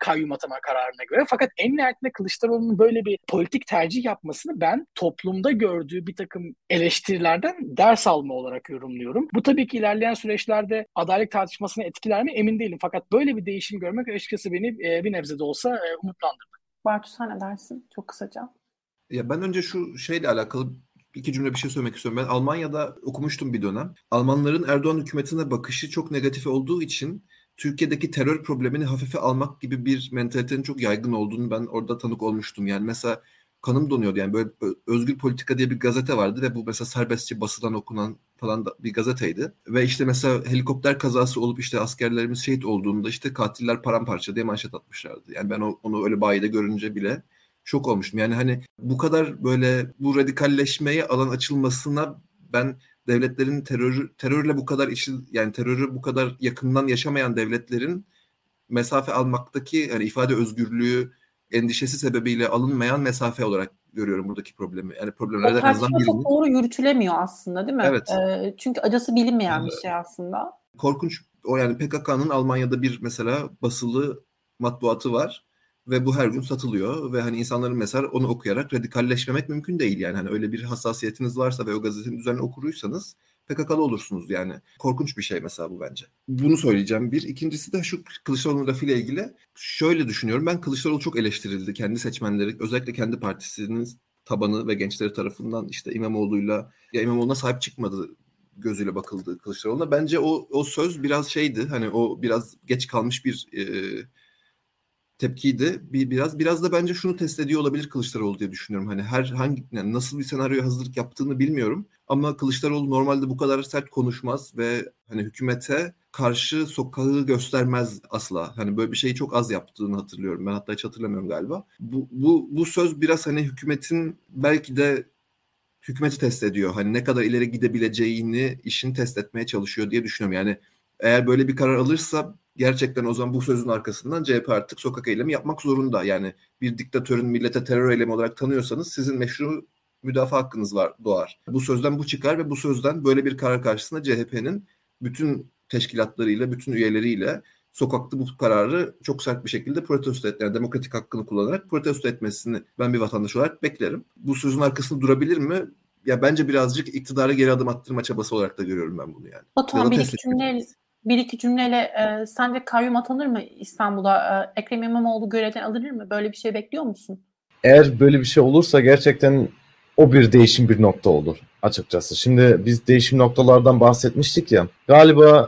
kayyum atama kararına göre. Fakat en nihayetinde Kılıçdaroğlu'nun böyle bir politik tercih yapmasını ben toplumda gördüğü bir takım eleştirilerden ders alma olarak yorumluyorum. Bu tabii ki ilerleyen süreçlerde adalet tartışmasını etkiler mi emin değilim. Fakat böyle bir değişim görmek açıkçası beni e, bir nebze de olsa e, umutlandırdı. Bartu sen ne dersin? Çok kısaca. Ya ben önce şu şeyle alakalı iki cümle bir şey söylemek istiyorum. Ben Almanya'da okumuştum bir dönem. Almanların Erdoğan hükümetine bakışı çok negatif olduğu için Türkiye'deki terör problemini hafife almak gibi bir mentalitenin çok yaygın olduğunu ben orada tanık olmuştum. Yani mesela kanım donuyordu. Yani böyle Özgür Politika diye bir gazete vardı ve bu mesela serbestçe basılan okunan falan da bir gazeteydi. Ve işte mesela helikopter kazası olup işte askerlerimiz şehit olduğunda işte katiller paramparça diye manşet atmışlardı. Yani ben o, onu öyle bayide görünce bile şok olmuştum. Yani hani bu kadar böyle bu radikalleşmeye alan açılmasına ben devletlerin terörü terörle bu kadar işi yani terörü bu kadar yakından yaşamayan devletlerin mesafe almaktaki yani ifade özgürlüğü endişesi sebebiyle alınmayan mesafe olarak görüyorum buradaki problemi. Yani O problemlerden en azından tartışma çok birini. doğru yürütülemiyor aslında değil mi? Evet. Ee, çünkü acısı bilinmeyen bir Evet. şey aslında. Korkunç o yani P K K'nın Almanya'da bir mesela basılı matbuatı var ve bu her gün satılıyor ve hani insanların mesela onu okuyarak radikalleşmemek mümkün değil yani hani öyle bir hassasiyetiniz varsa ve o gazetenin düzenli okuruysanız P K K'lı olursunuz yani. Korkunç bir şey mesela bu bence. Bunu söyleyeceğim bir. İkincisi de şu Kılıçdaroğlu'nun lafıyla ilgili. Şöyle düşünüyorum. Ben Kılıçdaroğlu çok eleştirildi. Kendi seçmenleri özellikle kendi partisinin tabanı ve gençleri tarafından işte İmamoğlu'yla ya İmamoğlu'na sahip çıkmadı gözüyle bakıldı Kılıçdaroğlu'na. Bence o o söz biraz şeydi. Hani o biraz geç kalmış bir e, tepkiydi. Bir biraz biraz da bence şunu test ediyor olabilir Kılıçdaroğlu diye düşünüyorum. Hani her hangi yani nasıl bir senaryoya hazırlık yaptığını bilmiyorum ama Kılıçdaroğlu normalde bu kadar sert konuşmaz ve hani hükümete karşı sokağı göstermez asla. Hani böyle bir şeyi çok az yaptığını hatırlıyorum. Ben hatta hiç hatırlamıyorum galiba. Bu bu bu söz biraz hani hükümetin belki de hükümeti test ediyor. Hani ne kadar ileri gidebileceğini işin test etmeye çalışıyor diye düşünüyorum. Yani eğer böyle bir karar alırsa gerçekten o zaman bu sözün arkasından C H P artık sokak eylemi yapmak zorunda. Yani bir diktatörün millete terör eylemi olarak tanıyorsanız sizin meşru müdafaa hakkınız var doğar. Bu sözden bu çıkar ve bu sözden böyle bir karar karşısında C H P'nin bütün teşkilatlarıyla, bütün üyeleriyle sokakta bu kararı çok sert bir şekilde protesto et, yani demokratik hakkını kullanarak protesto etmesini ben bir vatandaş olarak beklerim. Bu sözün arkasında durabilir mi? Ya bence birazcık iktidara geri adım attırma çabası olarak da görüyorum ben bunu yani. Batuhan bir iki cümleyle, bir iki cümleyle e, sence kayyum atanır mı İstanbul'a? E, Ekrem İmamoğlu görevden alınır mı? Böyle bir şey bekliyor musun? Eğer böyle bir şey olursa gerçekten o bir değişim bir nokta olur açıkçası. Şimdi biz değişim noktalardan bahsetmiştik ya. Galiba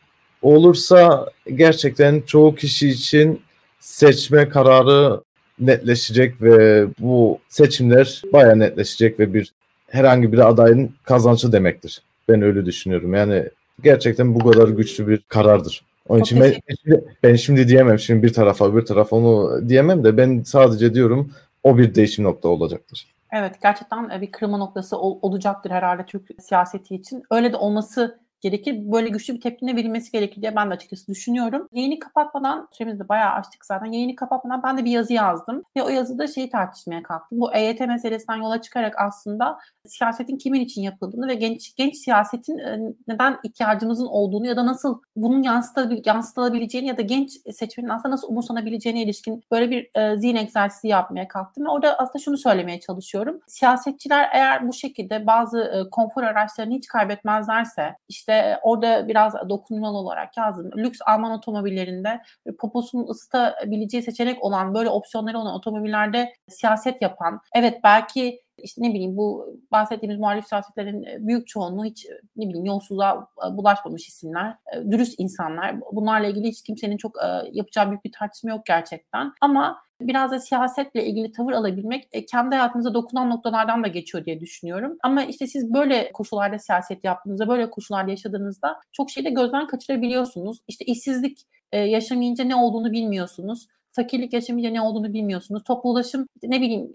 olursa gerçekten çoğu kişi için seçme kararı netleşecek ve bu seçimler bayağı netleşecek ve bir herhangi bir adayın kazançı demektir. Ben öyle düşünüyorum. Yani gerçekten bu kadar güçlü bir karardır. Onun Çok için ben, ben şimdi diyemem. Şimdi bir tarafa bir tarafa onu diyemem de ben sadece diyorum o bir değişim nokta olacaktır. Evet gerçekten bir kırılma noktası ol, olacaktır herhalde Türk siyaseti için. Öyle de olması gerekir. Böyle güçlü bir tepkine verilmesi gerekir diye ben de açıkçası düşünüyorum. Yayını kapatmadan, süremizi de bayağı açtık zaten. Yayını kapatmadan ben de bir yazı yazdım. Ve o yazıda şeyi tartışmaya kalktım. Bu E Y T meselesinden yola çıkarak aslında siyasetin kimin için yapıldığını ve genç genç siyasetin neden ihtiyacımızın olduğunu ya da nasıl bunun yansıtılabileceğini ya da genç seçmenin aslında nasıl umursanabileceğine ilişkin böyle bir e, zihin egzersizi yapmaya kalktım. Ve orada aslında şunu söylemeye çalışıyorum. Siyasetçiler eğer bu şekilde bazı e, konfor araçlarını hiç kaybetmezlerse işte orada biraz dokunmalı olarak yazdım. Lüks Alman otomobillerinde poposunu ısıtabileceği seçenek olan böyle opsiyonları olan otomobillerde siyaset yapan, evet belki işte ne bileyim bu bahsettiğimiz muhalif siyasetlerin büyük çoğunluğu hiç ne bileyim yolsuzluğa bulaşmamış isimler, dürüst insanlar. Bunlarla ilgili hiç kimsenin çok yapacağı büyük bir tartışma yok gerçekten. Ama biraz da siyasetle ilgili tavır alabilmek kendi hayatımıza dokunan noktalardan da geçiyor diye düşünüyorum. Ama işte siz böyle koşullarda siyaset yaptığınızda, böyle koşullarda yaşadığınızda çok şeyi de gözden kaçırabiliyorsunuz. İşte işsizlik yaşamayınca ne olduğunu bilmiyorsunuz. Fakirlik yaşamayınca ne olduğunu bilmiyorsunuz. Toplu ulaşım ne bileyim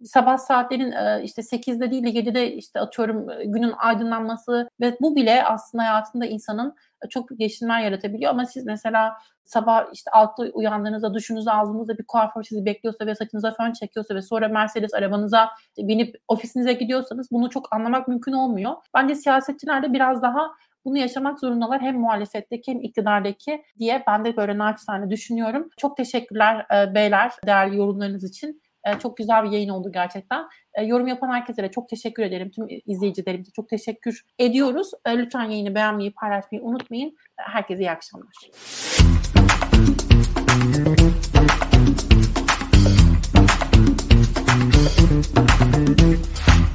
sabah saatlerin işte sekizde değil de yedide işte atıyorum günün aydınlanması ve bu bile aslında hayatında insanın çok büyük değişimler yaratabiliyor. Ama siz mesela sabah işte altıda uyandığınızda, duşunuzu aldığınızda bir kuaför sizi bekliyorsa ve saçınıza fön çekiyorsa ve sonra Mercedes arabanıza binip ofisinize gidiyorsanız bunu çok anlamak mümkün olmuyor. Bence siyasetçiler de biraz daha bunu yaşamak zorundalar, hem muhalefetteki hem iktidardaki diye ben de böyle naçizane düşünüyorum. Çok teşekkürler e, beyler değerli yorumlarınız için. E, çok güzel bir yayın oldu gerçekten. E, yorum yapan herkese de çok teşekkür ederim. Tüm izleyicilerimize çok teşekkür ediyoruz. E, lütfen yayını beğenmeyi, paylaşmayı unutmayın. E, herkese iyi akşamlar.